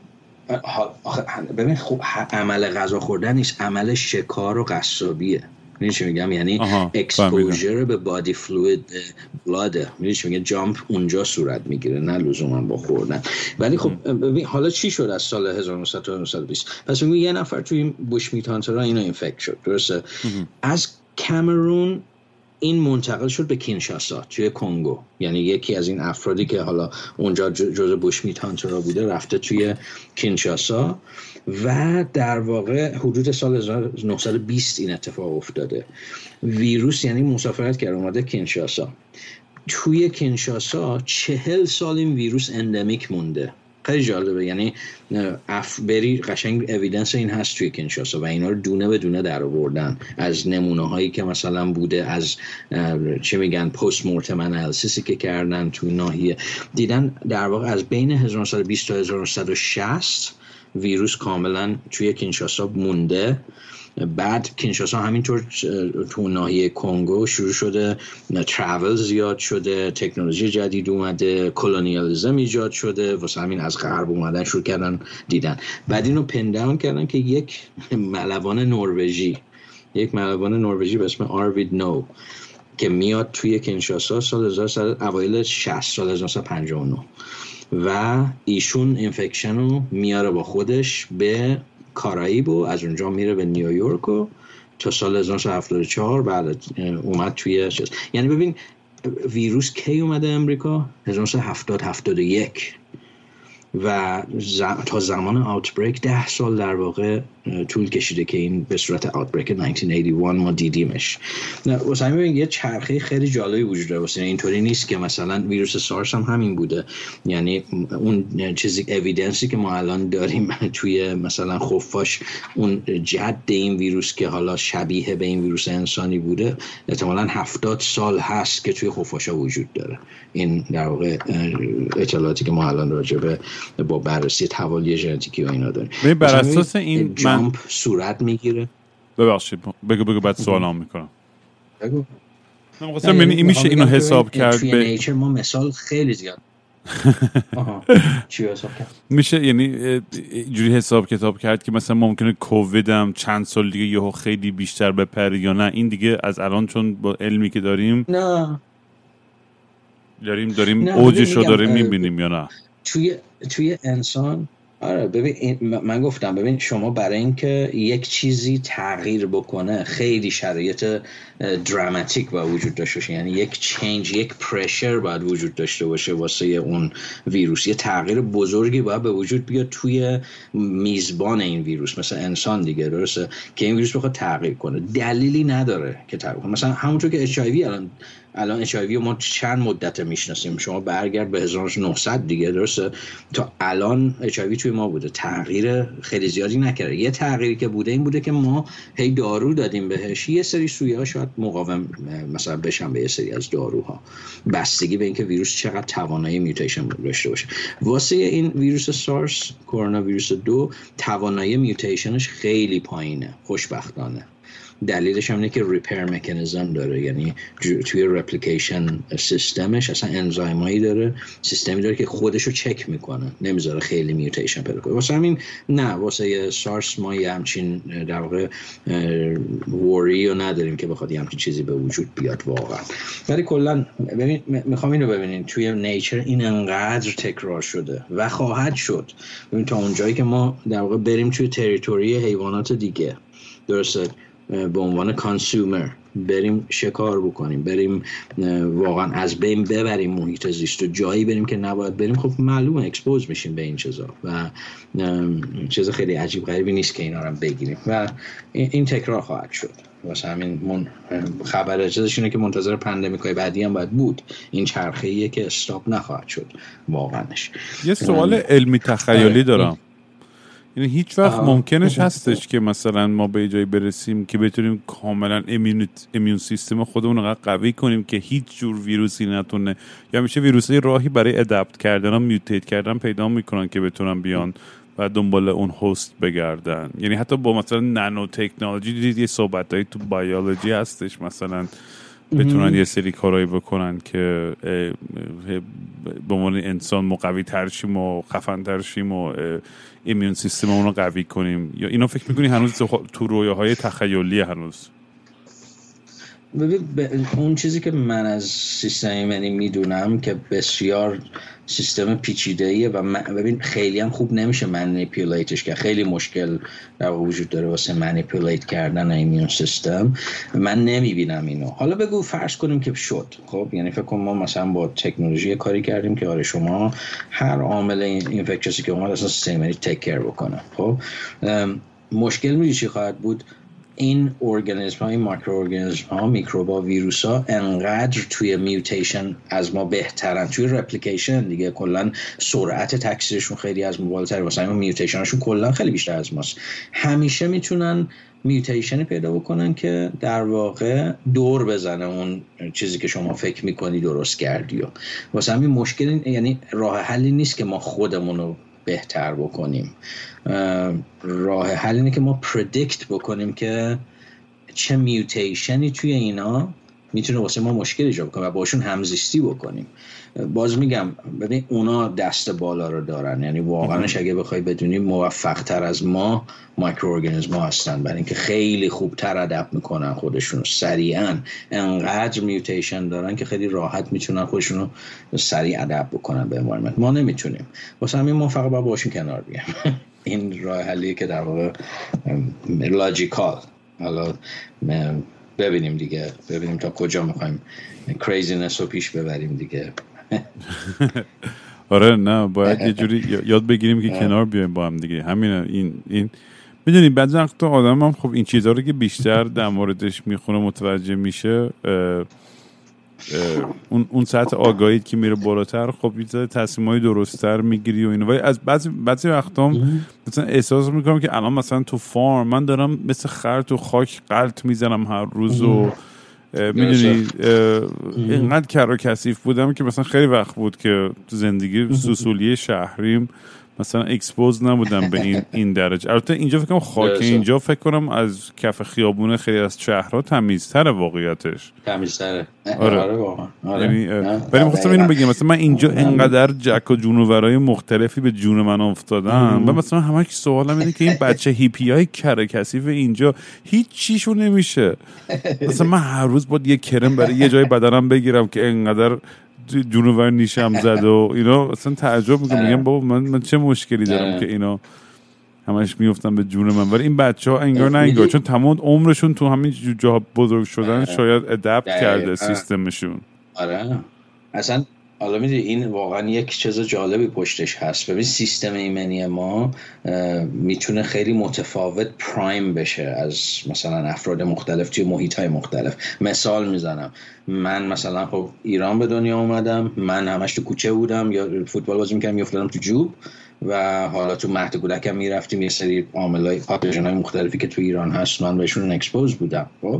ببین خب عمل غذا خوردن نیست، عمل شکار و قصابیه. میدونی چی میگم؟ یعنی اکسپوژر به بادی فلوید بلاده. میدونی چی میگم؟ جامپ اونجا صورت میگیره، نه لزوما با خوردن. ولی خب حالا چی شد از سال 1900 تا 1920؟ پس میگم یه نفر توی این بوش میت هانترها اینو اینفکت شد، درسته؟ از کامرون این منتقل شد به کینشاسا توی کنگو. یعنی یکی از این افرادی که حالا اونجا جزء بوش میت هانترها بوده رفته توی کینشاسا و در واقع حدود سال 1920 این اتفاق افتاده. ویروس یعنی مسافرت کرد اومده کینشاسا. توی کینشاسا 40 سال این ویروس اندمیک مونده. خیلی جالبه، یعنی بری قشنگ اویدنس این هست توی کینشاسا و اینا رو دونه به دونه در آوردن از نمونه هایی که مثلا بوده، از چه میگن پست مورتم انالیسیسی که کردن توی ناحیه، دیدن در واقع از بین 1920 تا 1960 ویروس کاملا توی کینشاسا مونده بعد کینشاسا همینطور تو ناحیه کنگو شروع شده ترافل زیاد شده، تکنولوژی جدید اومده، کلونیالیسم ایجاد شده، واسه همین از غرب اومدن شروع کردن دیدن. بعد اینو پن داون کردن که یک ملوان نروژی به اسم آروید نو که میاد توی کینشاسا سال اوایل 60 سال 1959 و ایشون اینفکشن رو میاره با خودش به کارائیب و از اونجا میره به نیویورک و تا سال 1974 بعد اومد توی یعنی ببین ویروس کی اومده امریکا؟ 1971 و تا زمان آوتبریک 10 سال در واقع طول کشیده که این به صورت آوتبریک 1981 ما دیدیمش. واسه همین یه چرخه خیلی جالبی وجود داره. واسه اینطوری نیست که مثلا ویروس سارس هم همین بوده، یعنی اون چیزی اوییدنسی که ما الان داریم توی مثلا خفاش اون جد این ویروس که حالا شبیه به این ویروس انسانی بوده احتمالاً 70 سال هست که توی خفاشا وجود داره. این در واقع اطلاعاتی که ما الان راجع به با بررسی توالی ژنتیکی و اینا داریم. بر اساس این جامپ صورت میگیره. ببخشید بگو بعد سوالام میکنم. بگو. من این میشه اینو حساب کرد به نیچر ما مثال خیلی زیاد. چی حساب کرد؟ میشه یعنی جوری حساب کتاب کرد که مثلا ممکنه کووید هم چند سال دیگه یهو خیلی بیشتر بپره یا نه؟ این دیگه از الان چون با علمی که داریم نه داریم اوجش رو داریم میبینیم یا نه؟ توی انسان آره ببین من گفتم ببین شما برای اینکه یک چیزی تغییر بکنه خیلی شرایط دراماتیک باید وجود داشته باشه، یعنی یک چینج، یک پرشر باید وجود داشته باشه واسه اون ویروس. یه تغییر بزرگی باید به وجود بیاد توی میزبان این ویروس مثلا انسان دیگه، درسته که این ویروس بخواد تغییر کنه. دلیلی نداره که تغییر کنه. مثلا همونطور که HIV الان HIV ما چند مدت میشناسیم، شما برگرد به 1900 دیگه، درسته تا الان HIV توی ما بوده، تغییر خیلی زیادی نکرده. یه تغییری که بوده این بوده که ما هی دارو دادیم بهش، یه سری سویه‌ها شاید مقاوم مثلا بشن به یه سری از داروها، بستگی به اینکه ویروس چقدر توانایی میوتیشن داشته باشه. واسه این ویروس سارس کرونا ویروس 2 توانایی میوتیشنش خیلی پایینه خوشبختانه. دلیلش هم اینه که ریپیر مکانیزم داره، یعنی توی رپلیکیشن سیستمش اصلا انزایمایی داره، سیستمی داره که خودشو چک میکنه، نمیذاره خیلی میوتیشن پیدا کنه. واسه همین نه واسه سارس ما یه همچین در واقع وری رو نداریم که بخواد یه همچین چیزی به وجود بیاد واقعا. ولی کلا ببین میخوام اینو ببینین توی نیچر این انقدر تکرار شده و خواهد شد. ببین تا اونجایی که ما در واقع بریم توی تریتوری حیوانات دیگه، درسته، به عنوان کانسومر بریم شکار بکنیم، بریم واقعا از بین ببریم محیط زیست و جایی بریم که نباید بریم، خب معلومه اکسپوز میشیم به این چیزا و چیز خیلی عجیب غریبی نیست که اینا رو بگیریم و این تکرار خواهد شد. واسه همین خبر چیزش اینه که منتظر پندمیکای بعدی هم باید بود. این چرخه‌ایه که استاپ نخواهد شد واقعاش. یه سوال علمی تخیلی دارم، یعنی هیچ وقت ممکنش هستش که مثلا ما به جایی برسیم که بتونیم کاملا ایمیون سیستم خودمون رو قوی کنیم که هیچ جور ویروسی نتونه، یا میشه ویروسی راهی برای ادپت کردن و میوتیت کردن پیدا میکنن که بتونن بیان و دنبال اون هست بگردن؟ یعنی حتی با مثلا نانو تکنولوژی دیدید یه صحبتایی تو بیولوژی هستش مثلا بتونن یه سری کارایی بکنن که به عنوان انسان مقوی تر شیم و خفن تر شیم و ایمیون سیستممون رو قوی کنیم. یا اینو فکر میکنی هنوز تو رویاهای تخیلی هنوز؟ ببین اون چیزی که من از سیستم ایمنی میدونم که بسیار سیستم پیچیده‌ایه و ببین خیلی هم خوب نمیشه منیپولیتش که خیلی مشکل در وجود داره واسه منیپولیت کردن ایمیون سیستم. من نمیبینم اینو. حالا بگو فرض کنیم که شد، خب یعنی فکر کنم ما مثلا با تکنولوژی کاری کردیم که آره شما هر عامل اینفکشنی که اومد اصلا سیستم ایمنی تیک کیر بکنه. خب مشکل میشه چی خواهد بود؟ این ارگانیسم ها، این ماکرو ارگانیسم ها، میکروبا، ویروس ها انقدر توی میوتیشن از ما بهترن، توی رپلیکیشن دیگه کلا سرعت تکثیرشون خیلی از ما بالاتره، واسه همین میوتیشنشون کلا خیلی بیشتر از ماست. همیشه میتونن میوتیشنی پیدا بکنن که در واقع دور بزنه اون چیزی که شما فکر میکنی درست کردی. واسه همین مشکل یعنی راه حلی نیست که ما خودمون رو بهتر بکنیم. راه حل اینه که ما پردیکت بکنیم که چه میوتیشنی توی اینا میتونه واسه ما مشکل ایجاد کنه و باشون همزیستی بکنیم. باز میگم ببین اونا دست بالا رو دارن، یعنی واقعا اگه بخوای بدونی موفق تر از ما مایکروارگانیسم ها هستن، برای اینکه خیلی خوبتر ادپت میکنن خودشونو سریعا، انقدر میوتیشن دارن که خیلی راحت میتونن خودشونو سریع ادپت بکنن به انوایرمنت. ما نمیتونیم، واسه همین ما فقط باید باشون کنار بیایم. این راه حلیه که در واقع لاجیکال. حالا ببینیم تا کجا میخوایم کریزینس رو پیش ببریم دیگه. آره نه باید یه جوری یاد بگیریم که کنار بیایم با هم دیگه. همینه. این میدونی بعضی وقتا آدم هم خب این چیزها رو که بیشتر در موردش میخونه متوجه میشه، اون سطح آگاهی که میره بالاتر، خب یه تصمیمای درست‌تر میگیری و اینو. ولی از بعضی وقتا مثلا احساس میکنم که الان مثلا تو فارم من دارم مثل خر تو خاک غلط میزنم هر روز و میدونی اینقدر کر و کثیف بودم که مثلا خیلی وقت بود که تو زندگی سوسولی شهریم مثلا اکسپوز نبودم به این درجه. البته اینجا فکر کنم خاک اینجا فکر کنم از کف خیابونه خیلی از شهرها تمیزتره واقعیتش. تمیزتره. آره واقعا. یعنی ولی می‌خواستم اینو بگم مثلا من اینجا انقدر جک و جونورای مختلفی به جون من افتادن و مثلا همش سوالم اینه که این بچه هیپیای کر کثیف اینجا هیچ چیشون نمیشه. مثلا من هر روز باید یه کرم برای یه جای بدنم بگیرم که انقدر جونور نیشم زد و اینا. اصلا تعجب میگم بابا من چه مشکلی دارم که اینا همش میافتن به جون من. ولی این بچه‌ها انگار نه انگار، چون تمام عمرشون تو همین جاها بزرگ شدن شاید ادپت کرده سیستمشون. آره اصلا حالا میدونی این واقعا یک چیز جالبی پشتش هست. ببین سیستم ایمنی ما میتونه خیلی متفاوت پرایم بشه از مثلا افراد مختلف توی محیط‌های مختلف. مثال میزنم، من مثلا خب ایران به دنیا اومدم، من همش تو کوچه بودم یا فوتبال بازی میکردم میافتادم تو جوب و حالا تو مهد کودکم میرفتیم یه سری عاملای پاتوژن‌های مختلفی که تو ایران هست من بهشون اکسپوز بودم. خب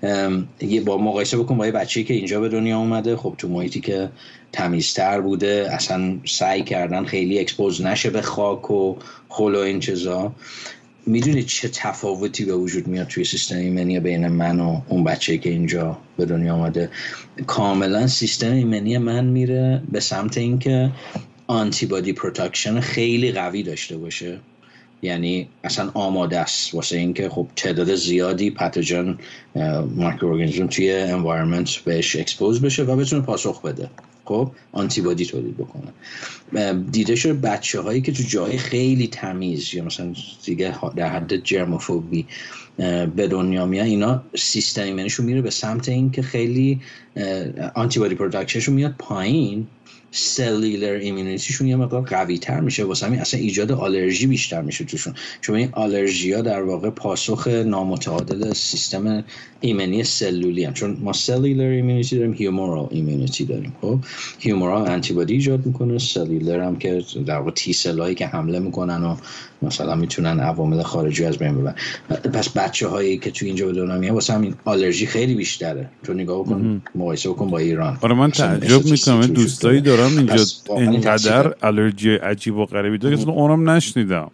یه با مقایسه بکن با یه بچه‌ای که اینجا به دنیا اومده، خب تو محیطی که تمیزتر بوده، اصلا سعی کردن خیلی اکسپوز نشه به خاک و خل و این چیزا. میدونید چه تفاوتی به وجود میاد توی سیستم ایمنی بین من و اون بچه‌ای که اینجا به دنیا اومده؟ کاملا سیستم ایمنی من میره به سمت اینکه آنتیبادی پروتکشن خیلی قوی داشته باشه، یعنی اصلا آماده است واسه اینکه خب تعداد زیادی پاتوژن مایکروارگانیسم توی انوایرمنت بهش اکسپوز بشه و بتونه پاسخ بده، خب آنتیبادی تولید بکنه. دیده شده بچه‌هایی که تو جای خیلی تمیز یا مثلا دیگه در حد جرموفوبی به دنیا میان، اینا سیستم ایمنیشون میره به سمت اینکه خیلی آنتیبادی پروداکشنشون میاد پایین، سلولر ایمونیتیشون یه مقدار قوی تر میشه، واسه همین اصلا ایجاد آلرژی بیشتر میشه توشون. چون این آلرژی ها در واقع پاسخ نامتعادل سیستم ایمنی سلولی هم. چون ما سلولر ایمونیتی داریم، هیومورال ایمونیتی داریم. خب هیومورال آنتیبادی ایجاد میکنه، سلولر هم که در واقع تی سلایی که حمله میکنن و مثلا میتونن عوامل خارجی از بین ببرن. پس بچه‌هایی که تو اینجا به دنیا میان واسه همین آلرژی خیلی بیشتره. تو نگاه کن مقایسه کن با ایران. آره من تعجب میکنم دوستایی دارم اینجا اینقدر آلرژی عجیب و غریبی داره که اونم نشنیدم.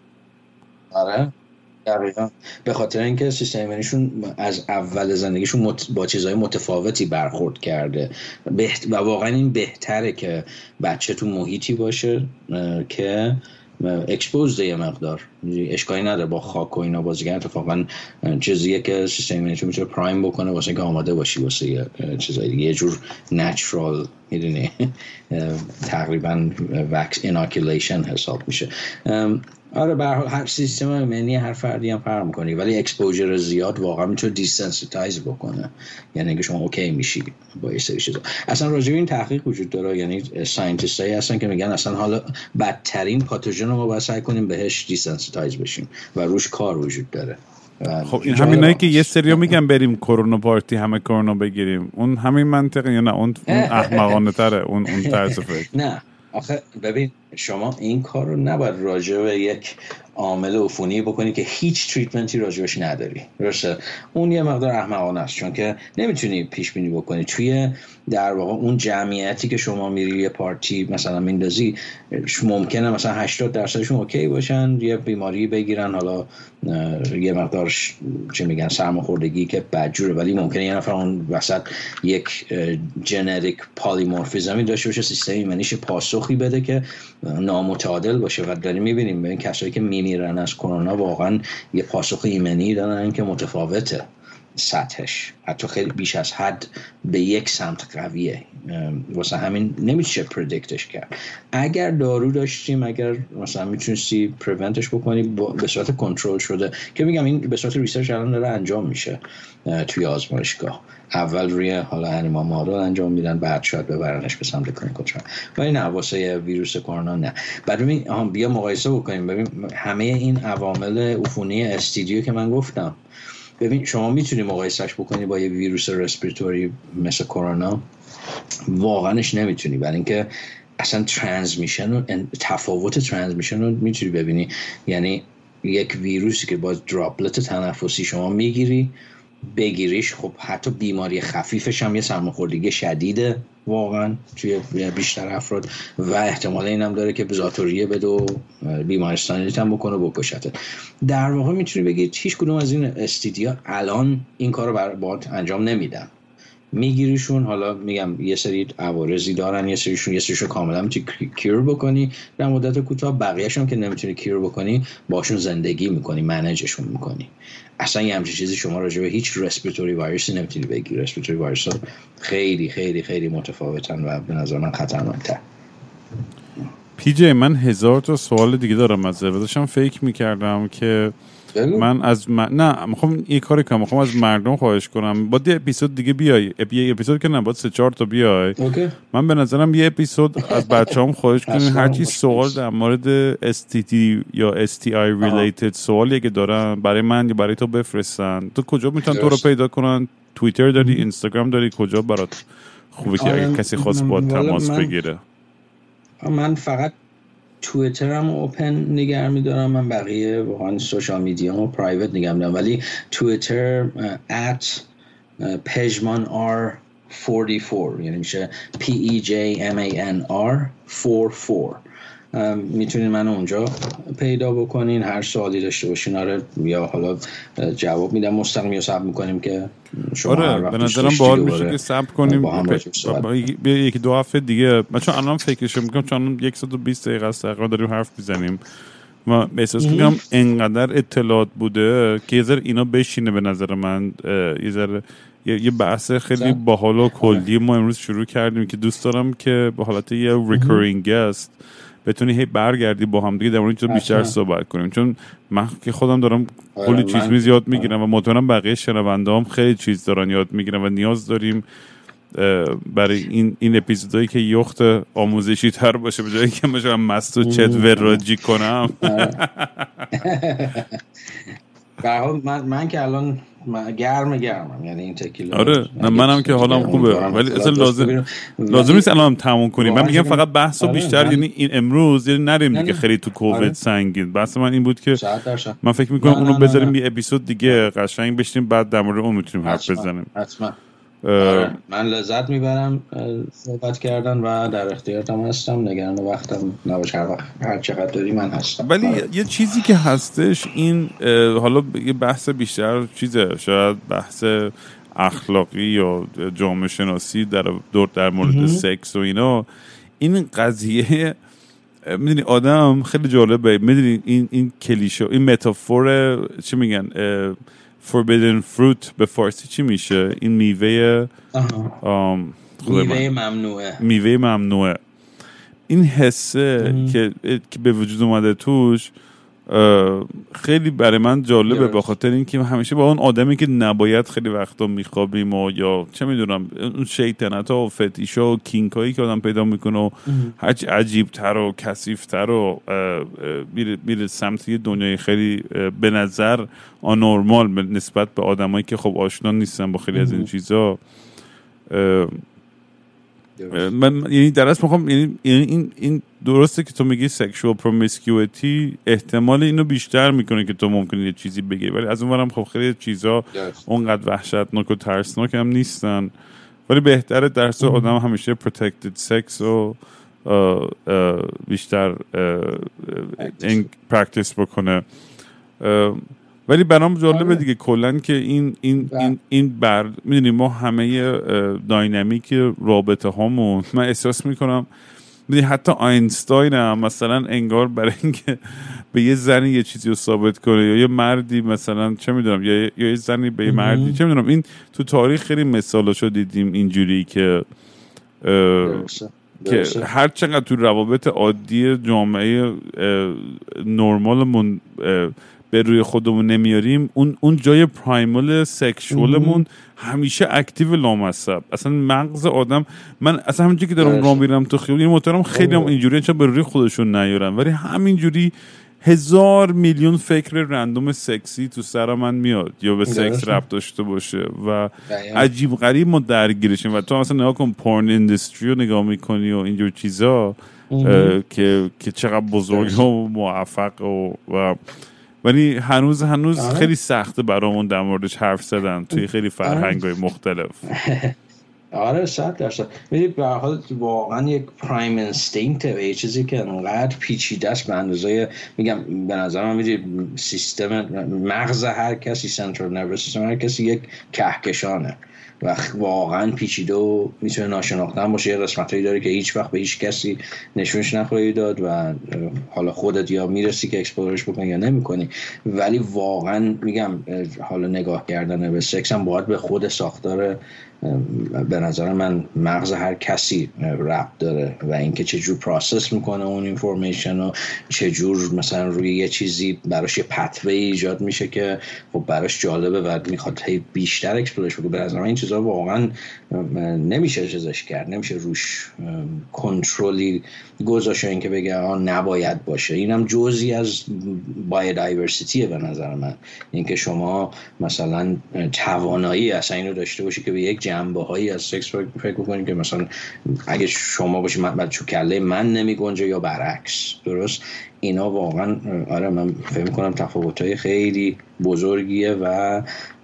آره دقیقاً به خاطر اینکه سیستم ایمنیشون از اول زندگیشون با چیزهای متفاوتی برخورد کرده و واقعا این بهتره که بچه تو محیطی باشه که اکسپوز یه مقدار، اشکالی نداره با خاک و اینا بازی کردن. اتفاقا چیزیه که سیستم ایمنیتون میتونه پرایم بکنه واسه اینکه آماده باشی واسه یه چیزایی دیگه، یه جور نچرال میدونی تقریبا وکس ایناکولیشن حساب میشه. آره به هر حال هر سیستم ایمنی هر فردی هم فرق میکنه، ولی اکسپوژر زیاد واقعا میتونه دیسنسیتایز بکنه، یعنی اینکه شما اوکی میشی با این سری چیزا. اصلا راجع به این تحقیق وجود داره، یعنی ساینتیستایی هستن که میگن اصلا حالا بدترین پاتوژن رو ما باید سعی کنیم بهش دیسنسیتایز بشیم و روش کار وجود داره. خب این همینایی که یه سریو میگن بریم کرونا پارتی همه کرونا بگیریم، اون همین منطقه یا نه اون احمقانه تره اون طرز فکر؟ نه آخه ببین شما این کار رو نباید راجع به یک عامل عفونی بکنی که هیچ تریتمنتی راجبش نداری. درسته؟ اون یه مقدار احمقانه است، چون که نمیتونی پیش بینی بکنی توی در واقع اون جمعیتی که شما میری یه پارتی مثلا میندازی، ممکنه مثلا 80%شون اوکی باشن، یه بیماری بگیرن، حالا یه مقدار چه میگن سرماخوردگی که بدجوره، ولی ممکنه یه نفر اون وسط یک ژنتیک پالیمورفیزمی داشته باشه، سیستم ایمنیش پاسخی بده که نامتعادل باشه. و داریم میبینیم به این کسایی که میمیرن از کرونا واقعا یه پاسخ ایمنی دارن که متفاوته سطحش، حتی خیلی بیش از حد به یک سمت قویه. واسه همین نمیشه پردیکتش کرد. اگر دارو داشتیم، اگر مثلا میتونستی پریونتش بکنی به صورت کنترل شده، که میگم این به صورت ریسرچ الان داره انجام میشه توی آزمایشگاه، اول روی حالا انیما مادل انجام میدن، بعد شاید ببرنش به سمت کلینیکال ترایل. ولی نه واسه ویروس کرونا نه. بعد بیا مقایسه بکنیم، ببین همه این عوامل عفونی استیدیو که من گفتم، ببین شما میتونی مقایسهش بکنی با یه ویروس رسپیراتوری مثل کرونا؟ واقعاش نمیتونی، برای اینکه اصلا ترانسمیشن و تفاوت ترانسمیشن رو میتونی ببینی. یعنی یک ویروسی که با دراپلت تنفسی شما بگیریش، خب حتی بیماری خفیفش هم یه سرماخوردگی شدیده واقعا توی بیشتر افراد، و احتمال اینم داره که بزاتوریه بده و بیمارستانیت هم بکنه و بکشته. در واقع میتونی بگی هیچ کدوم از این استیدیا الان این کار رو باید انجام نمیدن. میگیریشون، حالا میگم یه سری عوارضی دارن، یه سریشون کاملا میتونی کیور بکنی در مدت کوتاه، بقیه‌اش هم که نمیتونی کیور بکنی باشون زندگی میکنی، منیجشون میکنی. اصلا یه همچین چیزی شما راجع به هیچ رسپیراتوری ویروسی نمیتونی بگی. رسپیراتوری ویروس ها خیلی خیلی خیلی متفاوتن و به نظر من خطرناک‌تر. پی جی، من 1000 تا سوال دیگه دارم ازت. داشتم فکر میکردم که من از نه میخوام یه کاری کنم، میخوام از مردم خواهش کنم با یه اپیزود دیگه بیای، یه اپیزود که نه باید 3-4 تا بیای. من به نظرم یه اپیزود از بچه‌هام خواهش کنین هر چی سوال در مورد STD یا STI related سوالی که دارن برای من یا برای تو بفرستن. تو کجا میتونن تو رو پیدا کنن؟ توییتر داری، اینستاگرام داری، کجا برات خوبه که اگه کسی خواست با تماس بگیره؟ من فقط توییترم اوپن نگه میدارم، من بقیه واقعا سوشال میدیا و پرایوت نگه میدارم، ولی توییتر @pejmanr44 یعنی میشه PEJMANR44. میتونین من اونجا پیدا بکنین، هر سوالی داشته باشین آره، یا حالا جواب میدم مستقیم یا صبر میکنیم که شما آره به نظرم باحال میشه که صبر کنیم یکی دو هفته دیگه. من چون الان فکرش میکنم، چون 120 دقیقه است تقریبا داریم حرف میزنیم و احساس میکنم انقدر اطلاعات بوده که یه ذره اینا بشینه. به نظر من یه ذره یه بحث خیلی باحال و کلی ما امروز شروع کردیم که دوست دارم که به حالت یه ریکورینگ گست بتونی هی برگردی با هم دیگه در مورد این بیشتر صحبت کنیم، چون من که خودم دارم کلی چیز یاد میگیرم و مطمئنم بقیه شنونده‌ام خیلی چیز دارن یاد میگیرن و نیاز داریم برای این اپیزودایی که یخت آموزشی تر باشه به جایی که مثلا مست و چت وراجی کنم. من که الان گرمم، یعنی این تکیلا. آره نه منم که حالم خوبه، ولی اصلا لازم نیست الان تموم کنیم. من میگم فقط بحثو بیشتر یعنی این امروز یعنی نریم دیگه خیلی تو کووید سنگین. بحث من این بود که من فکر میکنم اونو بذاریم یه اپیزود دیگه قشنگ بشیم، بعد در مورد اون میتونیم حرف بزنیم. حتما. من لذت میبرم صحبت کردن و در اختیارتم هستم، نگران وقتم نباش، هر چقدر داری من هستم. ولی یه چیزی که هستش این حالا یه بحث بیشتر چیزه، شاید بحث اخلاقی یا جامعه شناسی در مورد سکس و اینا. این قضیه میدونی آدم خیلی جالبه، میدونی این کلیشه، این متافور چی میگن forbidden fruit به فارسی چی میشه؟ این میوه میوه ممنوعه. این حسه که به وجود اومده توش خیلی برای من جالبه، به خاطر اینکه همیشه با اون آدمی که نباید خیلی وقتا میخوابیم و یا چه میدونم اون شیطنت‌ها و فتیش‌ها و کینکایی که آدم پیدا میکنه و هرچی عجیب‌تر و کثیف‌تر و میره سمت یه دنیای خیلی به نظر آنورمال نسبت به آدمایی که خب آشنا نیستن با خیلی از این چیزا. من یعنی درست میخوام یعنی این درسته که تو میگی sexual promiscuity احتمال اینو بیشتر میکنه که تو ممکنه یه چیزی بگی، ولی از اونورم خب خیلی چیزا اونقدر وحشتناک و ترسناک هم نیستن، ولی بهتره درس آدم همیشه protected sex و بیشتر این پرکتیس بکنه. ولی برام جالبه دیگه کلن که این میدونی ما همه داینامیک رابطه هامون، من احساس میکنم میدونی حتی آینستاین هم مثلا انگار برای اینکه به یه زنی یه چیزی رو ثابت کنه یا یه مردی مثلا چه میدونم یا یه زنی به یه مردی چه میدونم، این تو تاریخ خیلی مثالاشو دیدیم اینجوری که که هر چقدر تو روابط عادی جامعه نرمالمون به روی خودمون نمیاریم، اون جای پرایمال سکشوالمون همیشه اکتیو لامصب. اصلا مغز آدم، من اصلا همینجوری که دارم راه میرم تو خیابون این محترم خیلی هم اینجوری چون به روی خودشون نیارن، ولی همینجوری 1000 میلیون فکر رندوم سکسی تو سر من میاد یا به سکس ربط داشته باشه و عجیب غریب ما درگیرشیم. و تو مثلا نگاه کن پورن اندستری رو نگاه میکنی و اینجور چیزا که چقدر بزرگ و موفق و ولی هنوز خیلی سخته برامون در موردش حرف زدن توی خیلی فرهنگ‌های مختلف. آره 100%. ببین به هر حال واقعا یک پرایم اینستینکت و یه چیزی که انقدر پیچیده است به اندازه میگم به نظر من میگه سیستم مغز هر کسی، سنترال نروس سیستم هر کسی یک کهکشانه و واقعا پیچیده و میتونه ناشناخته هم باشه. یه قسمتایی داره که هیچ وقت به هیچ کسی نشونش نخواهی داد و حالا خودت یا میرسی که اکسپلورش بکنی یا نمیکنی، ولی واقعا میگم حالا نگاه کردن به سکس هم باید به خود ساختار به نظر من مغز هر کسی ربط داره و اینکه چجور پروسس میکنه اون اینفورمیشن و چجور مثلا روی یه چیزی براش یه پتوی ایجاد میشه که خب براش جالبه و میخواد بیشتر اکسپلورش بکنه. به نظر من این چیزا واقعا نمیشه چیزش کرد، نمیشه روش کنترلی گذاشت اینکه بگه نباید باشه. اینم جزئی از بایودایورسیتیه به نظر من، اینکه شما مثلا توانایی اصلا اینو داشته باشی که به یک جنبه‌هایی از سکس فکر بکنید که مثلا اگه شما باشی من تو کله من نمیگنجه یا برعکس. درست اینا واقعا آره من فکر می‌کنم تفاوت‌های خیلی بزرگیه و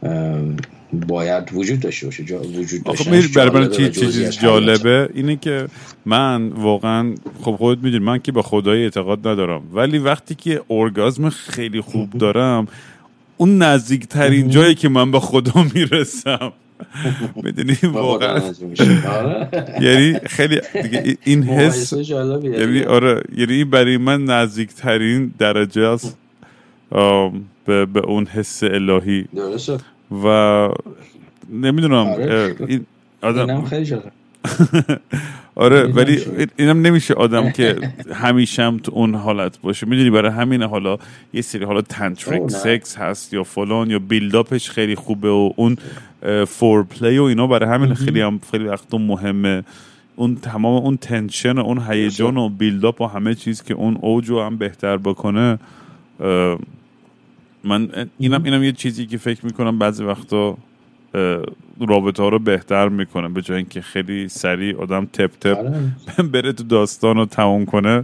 باید وجود داشته باشه. وجود داشته برای چیز جالبه اینه که من واقعا خب خودت میدونی من که به خدای اعتقاد ندارم، ولی وقتی که ارگازم خیلی خوب دارم اون نزدیکترین جایی که من به خدا میرسم. میدونی واقعا یعنی خیلی دیگه این حس یعنی آره یعنی برای من نزدیکترین درجه است به اون حس الهی. درسته و نمیدونم این آدم اینم خیلی جالب آره ولی اینم نمیشه آدم که همیشه هم تو اون حالت باشه. میدونی برای همین حالا یه سری حالا تنتریک سکس هست یا فلان یا بیلداپش خیلی خوبه و اون فور پلی و اینا برای همین خیلی وقتا مهمه. اون تمام اون تنشن و اون هیجان و بیلداپ و همه چیز که اون اوجو هم بهتر بکنه. من اینم یه چیزی که فکر میکنم بعضی وقتا رابطه ها رو بهتر میکنه به جای اینکه خیلی سریع آدم تپ بره تو داستان رو تمام کنه.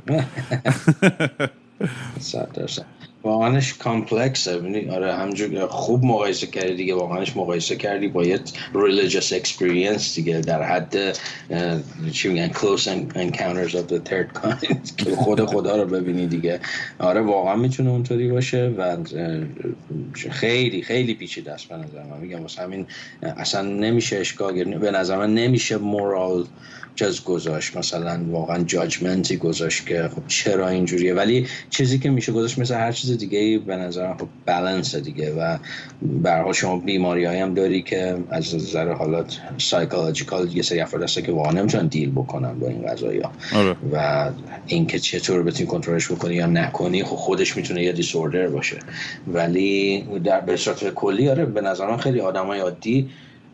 واقعاش کامپلکسه. آره همونجور خوب مقایسه کردی دیگه، واقعاش مقایسه کردی با یه religious experience دیگه در حد چی میگن close encounters of the third kind که خدا رو ببینی دیگه. آره واقعا میتونه اونطوری باشه و خیلی خیلی پیچیده است به نظر من. میگم واسه همین اصلا نمیشه اشکال به نظر من نمیشه مورال جز گذاشت مثلا واقعا جاجمنتی گذاشت که خب چرا اینجوریه، ولی چیزی که میشه گذاشت مثل هر چیز دیگه به نظر خب بالانس دیگه. و به هر حال شما بیماریایی هم داری که از نظر حالات سایکولوژیکال یه سری افراد هستن که واقعا نمیتونن دیل بکنن با این قضایا و اینکه چطور بتونی کنترلش بکنی یا نکنی خب خودش میتونه یه دیسوردر باشه. ولی در به صورت کلی آره به نظر من خیلی آدمای عادی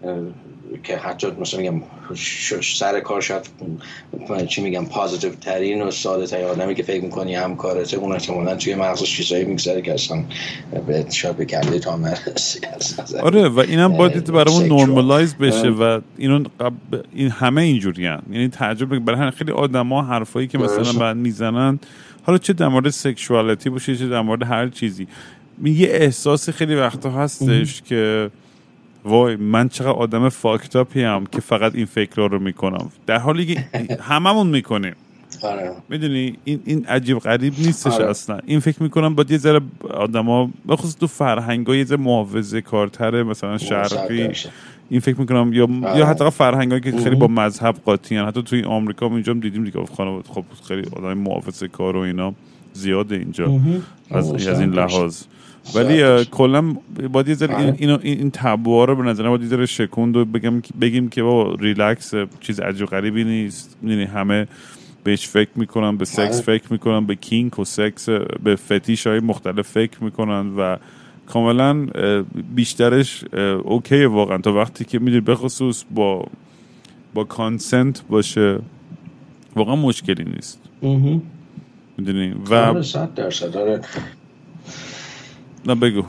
که حتی مثلا میگم سر کار شاید چی میگم پازیتیو ترین و ساده ترین آدمی که فکر میکنی همکارته، اون احتمالاً توی مغزش چیزایی میگذره که اصلا شاید به کله تا نرسی. آره و اینم باید برامون نورمالایز بشه و این همه اینجوریان. یعنی تعجب برای خیلی آدما حرفایی که مثلا بعد میزنن، حالا چه در مورد سکشوالتی باشه چه در مورد هر چیزی، یه احساسی خیلی وقتا هستش که وای من چقدر آدم فاکتاپی ام که فقط این فکرها رو میکنم، در حالی که هممون میکنیم. آره. میدونی این عجیب غریب نیستش. آره. اصلا این فکر میکنم باید یه ذره آدما بخصوص تو فرهنگای یه ذره محافظه کارتره مثلا شرقی، این فکر میکنم یا حتی فرهنگایی که خیلی با مذهب قاطیان، حتی توی آمریکا ما اینجا دیدیم دیگه خانواده خب خیلی آدم محافظه کار و اینا زیاده اینجا از این لحاظ. ولی کلا باید یه ذره این تابوها رو به نظر من باید یه ذره شکوند و بگیم که بابا ریلکس، چیز عجیب غریبی نیست. یعنی همه بهش فکر میکنن، به سکس فکر میکنن، به کینک و سکس، به فتیش های مختلف فکر میکنن و کاملا بیشترش اوکیه واقعا تا وقتی که میدونی بخصوص با کانسنت باشه واقعا مشکلی نیست. میدونی و 100% داره. نه بگو.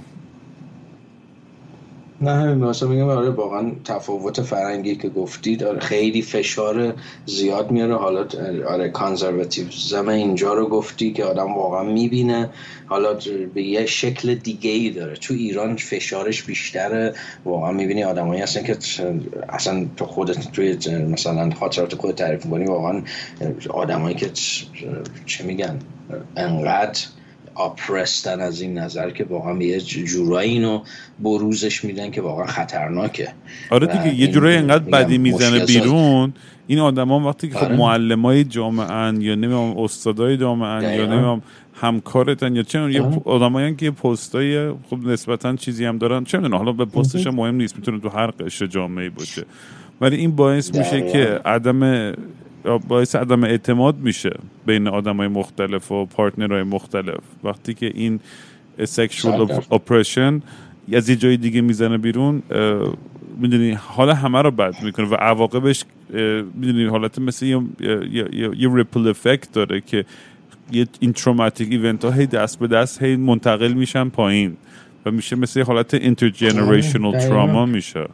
نه همین مثلا میگم آره واقعا تفاوت فرهنگی که گفتید آره خیلی فشار زیاد میاره. حالا آره کانزرواتیویسم اینجا رو گفتی که آدم واقعا میبینه، حالا به یه شکل دیگه ای داره. تو ایران فشارش بیشتره، واقعا میبینی آدمایی هستن که اصلا تو خودت توی مثلا خاطرات خودت تعریف می‌کنی، واقعا آدمایی که چه میگن انقدر آپرستن از این نظر که واقعا به یه جورایی اینو بروزش میدن که واقعا خطرناکه. آره دیگه یه جورایی انقدر بدی میزنه بیرون این آدما وقتی که خب معلمای جامعه ان یا نمیدونم استادای جامعه ان یا نمیدونم همکارتن یا چه یه آدمایی که پستای خب نسبتا چیزی هم دارن، چه میدونم حالا به پستش مهم نیست، میتونه تو هر قشر جامعه باشه، ولی این باعث میشه که باعث عدم اعتماد میشه بین آدمای مختلف و پارتنرهای مختلف وقتی که این سکشوال اپرشن از یه جای دیگه میزنه بیرون. میدونی حالا همه رو بد میکنه و عواقبش میدونی حالت مثل یه ریپل افکت داره که این تروماتیک ایونت ها هی دست به دست هی منتقل میشن پایین و میشه مثل حالت اینترجنریشنال تراما میشه.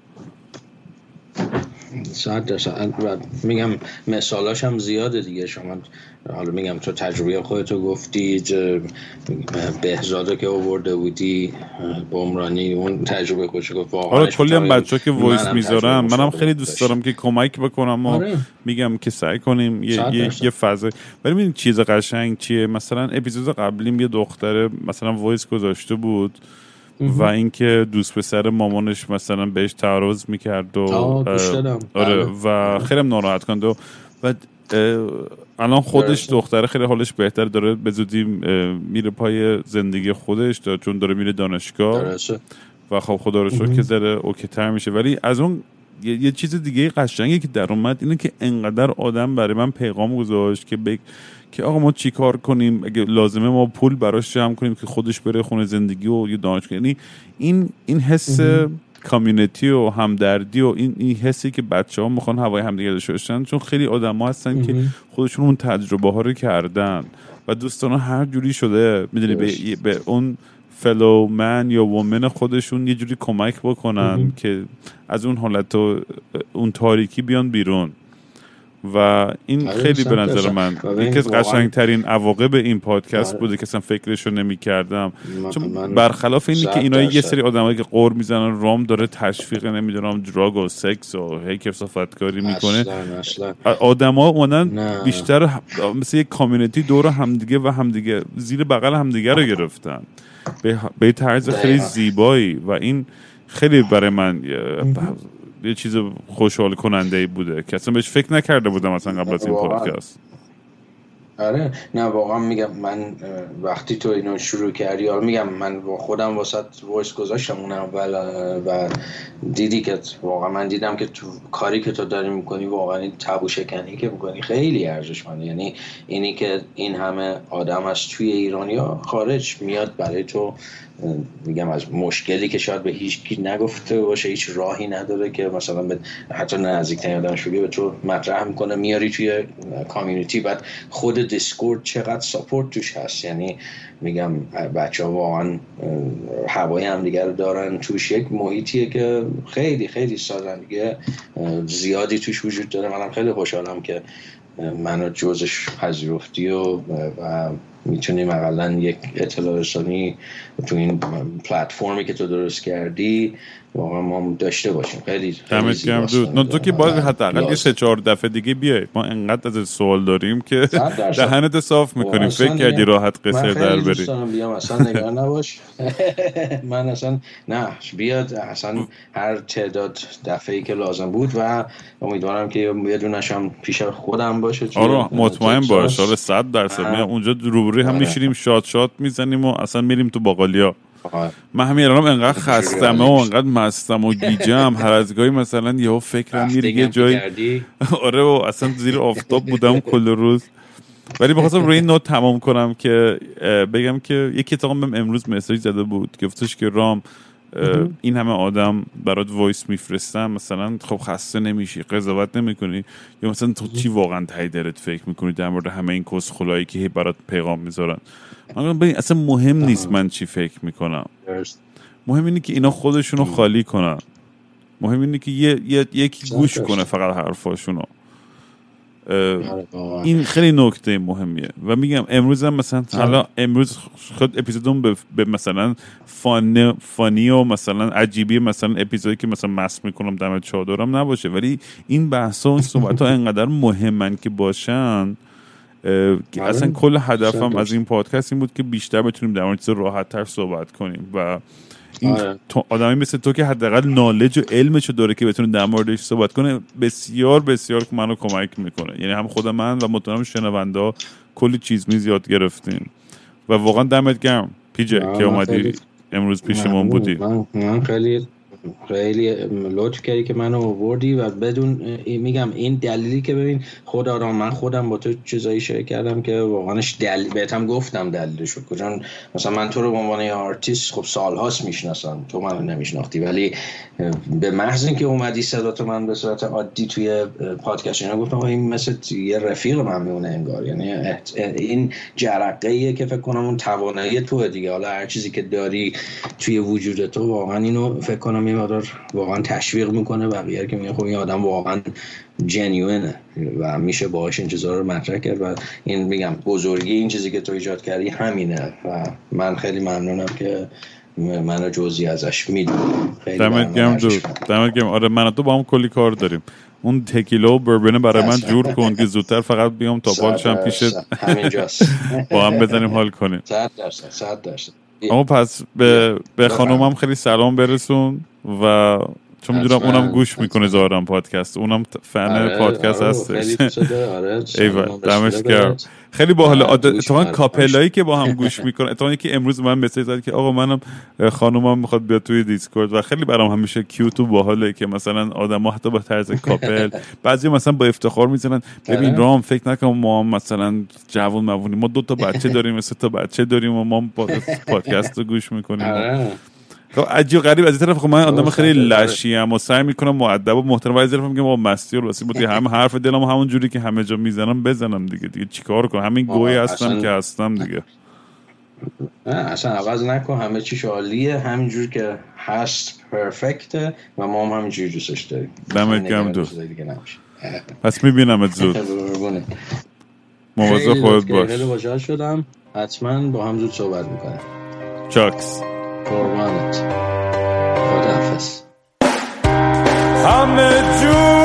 100% میگم مثالاش هم زیاده دیگه. شما حالا میگم تو تجربه خودتو گفتید، بهزادو که آورده بودی، بمرانی اون تجربه خودشو گفت. آره کلی هم بچه‌ها که وایس میذارم منم خیلی دوست دارم که کمک بکنم و میگم که سعی کنیم یه فضا. ولی ببین چیز قشنگ چیه، مثلا اپیزود قبلیم یه دختره مثلا وایس گذاشته بود و اینکه دوست پسر مامانش مثلا بهش تعرض میکرد و آره و خیلی ناراحت کنده و الان خودش دختره خیلی حالش بهتر داره، به زودی میره پای زندگی خودش داره چون داره میره دانشگاه و خب خدا رو شکر که ذره اوکی تر میشه. ولی از اون یه چیز دیگه قشنگی که در اومد اینه که انقدر آدم برای من پیغام گذاشت که آقا ما چی کار کنیم، اگه لازمه ما پول براش جمع کنیم که خودش بره خونه زندگی و یه دانشگاه. یعنی این حس کامیونیتی و همدردی و این حسی که بچه‌ها میخوان هوای همدیگه داشته باشن، چون خیلی آدم‌ها هستن که خودشون اون تجربه ها رو کردن و دوستان هر جوری شده میدونی به اون فلو من یا وومن خودشون یه جوری کمک بکنن که از اون حالت و اون تاریکی بیان بیرون. و این خیلی به نظر من یکی از قشنگترین عواقب این پادکست بوده که اصلا فکرشو نمی کردم، چون برخلاف اینی که اینا یه سری آدمایی که قور میزنن رام داره تشویق نمیدونم دراگ و سکس و هی کثافتکاری میکنه، آدما اومدن بیشتر مثل یک کامیونیتی دور همدیگه و همدیگه زیر بغل همدیگه رو گرفتن به طرز خیلی زیبایی و این خیلی برای من یه چیز خوشحال کننده ای بوده که اصلا بهش فکر نکرده بودم اصلا قبل از این پادکست. آره نه واقعا میگم من وقتی تو اینو شروع کردی میگم من با خودم واسط وایس گذاشتم اون اول و دیدی که واقعا من دیدم که تو کاری که تو داری میکنی واقعا این تابو شکنی که میکنی خیلی ارزشمنده. یعنی اینی که این همه آدم از توی ایران یا خارج میاد برای تو میگم از مشکلی که شاید به هیچ کی نگفته باشه، هیچ راهی نداره که مثلا حتی نزدیکترین آدمش بگه به تو مطرح میکنه، میاری توی کامیونیتی. بعد خود دیسکورد چقدر ساپورت توش هست، یعنی میگم بچه‌ها واقعا هوای هم دیگه رو دارن توش، یک محیطیه که خیلی خیلی سازندگی زیادی توش وجود داره. منم خیلی خوشحالم که منو جزش پذیرفتی و میتونیم اقلا یک اطلاع رسانی تو این پلتفرمی که تو درست کردی واقعا ما داشته باشیم. خیلی دمت گرم دود. تو که باید حداقل 3-4 دفعه دیگه بیای، ما انقدر از سوال داریم که دهنت صاف میکنیم. فکر کردی راحت قصر در بری؟ من خیلی دوست دارم بیام، اصلا نگران نباش. من اصلا نه بیاد، اصلا هر تعداد دفعه‌ای که لازم بود و امیدوارم که یه دونشم پیش خودم باشه. آره مطمئن باش. آره 100% میام اونجا روبروی هم میشینیم شات میزنیم و اصلا میریم تو باقالیا. من همین الانم انقدر خستم و انقدر مستم و گیجم، هر از گاهی مثلا یهو فکرم میره یه جایی. آره و اصلا زیر آفتاب بودم کل روز. ولی بخواستم روی این نوت تمام کنم که بگم که یکی اتاقم بهم امروز مسیج زده بود، گفتش که رام این همه آدم برات وایس میفرستم، مثلا خب خسته نمیشی، قضاوت نمیکنی، یا مثلا تو چی واقعا ته دلت فکر میکنی در مورد همه این کس خلایی که برات پیغام میذارن؟ من ببین اصلا مهم نیست من چی فکر میکنم، مهم اینه که اینا خودشونو خالی کنن، مهم اینه که یکی گوش کنه فقط حرفاشونو. این خیلی نکته مهمیه. و میگم امروز هم مثلا حالا امروز خود اپیزودم به مثلا فانی و مثلا عجیبی، مثلا اپیزودی که مثلا مست میکنم دم چادرم نباشه، ولی این بحثا و صحبت ها انقدر مهمن که باشن. اصلا کل هدفم از این پادکست این بود که بیشتر بتونیم در مورد چیزا راحت تر صحبت کنیم و این آدمی مثل تو که حداقل نالج و علمشو داره که بتونه در موردش صحبت کنه بسیار بسیار منو کمک میکنه. یعنی هم خود من و مطمئنم شنوندا کلی چیز میز یاد گرفتیم و واقعا دمت گرم پیجه که اومدی امروز پیشمون بودی. من خیلی لطف کردی که منو آوردی و بدون میگم این دلیلی که ببین خدا من خودم با تو چیزایی شیر کردم که واقعاش بهتم گفتم دلیلشو کجا. مثلا من تو رو به عنوان آرتیست خب سالهاست میشناسم، تو منو نمیشناختی، ولی به محض اینکه اومدی صدات من به صورت عادی توی پادکست اینا گفتم این مثل یه رفیق من میمونه انگار. یعنی این جرقه‌ایه که فکر کنم اون توانایی تو دیگه، حالا هر چیزی که داری توی وجود تو واقعا اینو فکر کنم مقدار واقعا تشویق میکنه بقیه که میگه خب این آدم واقعا جنیوینه و میشه باهاش این چیزا رو مطرح کرد. و این میگم بزرگی این چیزی که تو ایجاد کردی همینه و من خیلی ممنونم که منو جزئی ازش میدونم. دمت گرم. آره من و تو با هم کلی کار داریم. اون تکیلا و بربنه برای من جور کن که زودتر فقط بیام تا بالشم پیشت همینجاست با هم بزنیم حال کنیم. 100%. اما پس به خانومم خیلی سلام برسون و چون میدونم اونم گوش میکنه ظاهرا پادکست، اونم فن پادکست هستش. ایول دمش گرم. خیلی باحال. اتفاقا کاپلایی که با هم گوش میکنن، اتفاقا که امروز من مسیج زد که آقا منم خانومم میخواد بیاد توی دیسکورد و خیلی برام همیشه کیوت و باحاله که مثلا آدما حتی با طرز کاپل بعضی مثلا با افتخار میزنن ببین رام فکر نکن ما مثلا جوون موونی، ما 2 بچه داریم، 3 بچه داریم و ما پادکست رو گوش میکنیم. عجیب غریب. از این طرف خب من آدم خیلی لشیم و سعی میکنم مؤدب و محترم، ولی طرف میگم با مستی و راسی بودی هم حرف دلم همون جوری که همه جا میزنم بزنم دیگه چیکار کنم، همین گوی هستم که هستم دیگه. نه اصلا عوض نکن، همه چیش عالیه همینجور که هست پرفکته و ما هم همینجوری دوستش داریم. دمت گرم دو. پس میبینمت زود. مواظب خودت باش. خیلی خوشحال شدم. حتما با هم زود صحبت میکنیم. چاکس. قربانت. خداحافظ. همه جور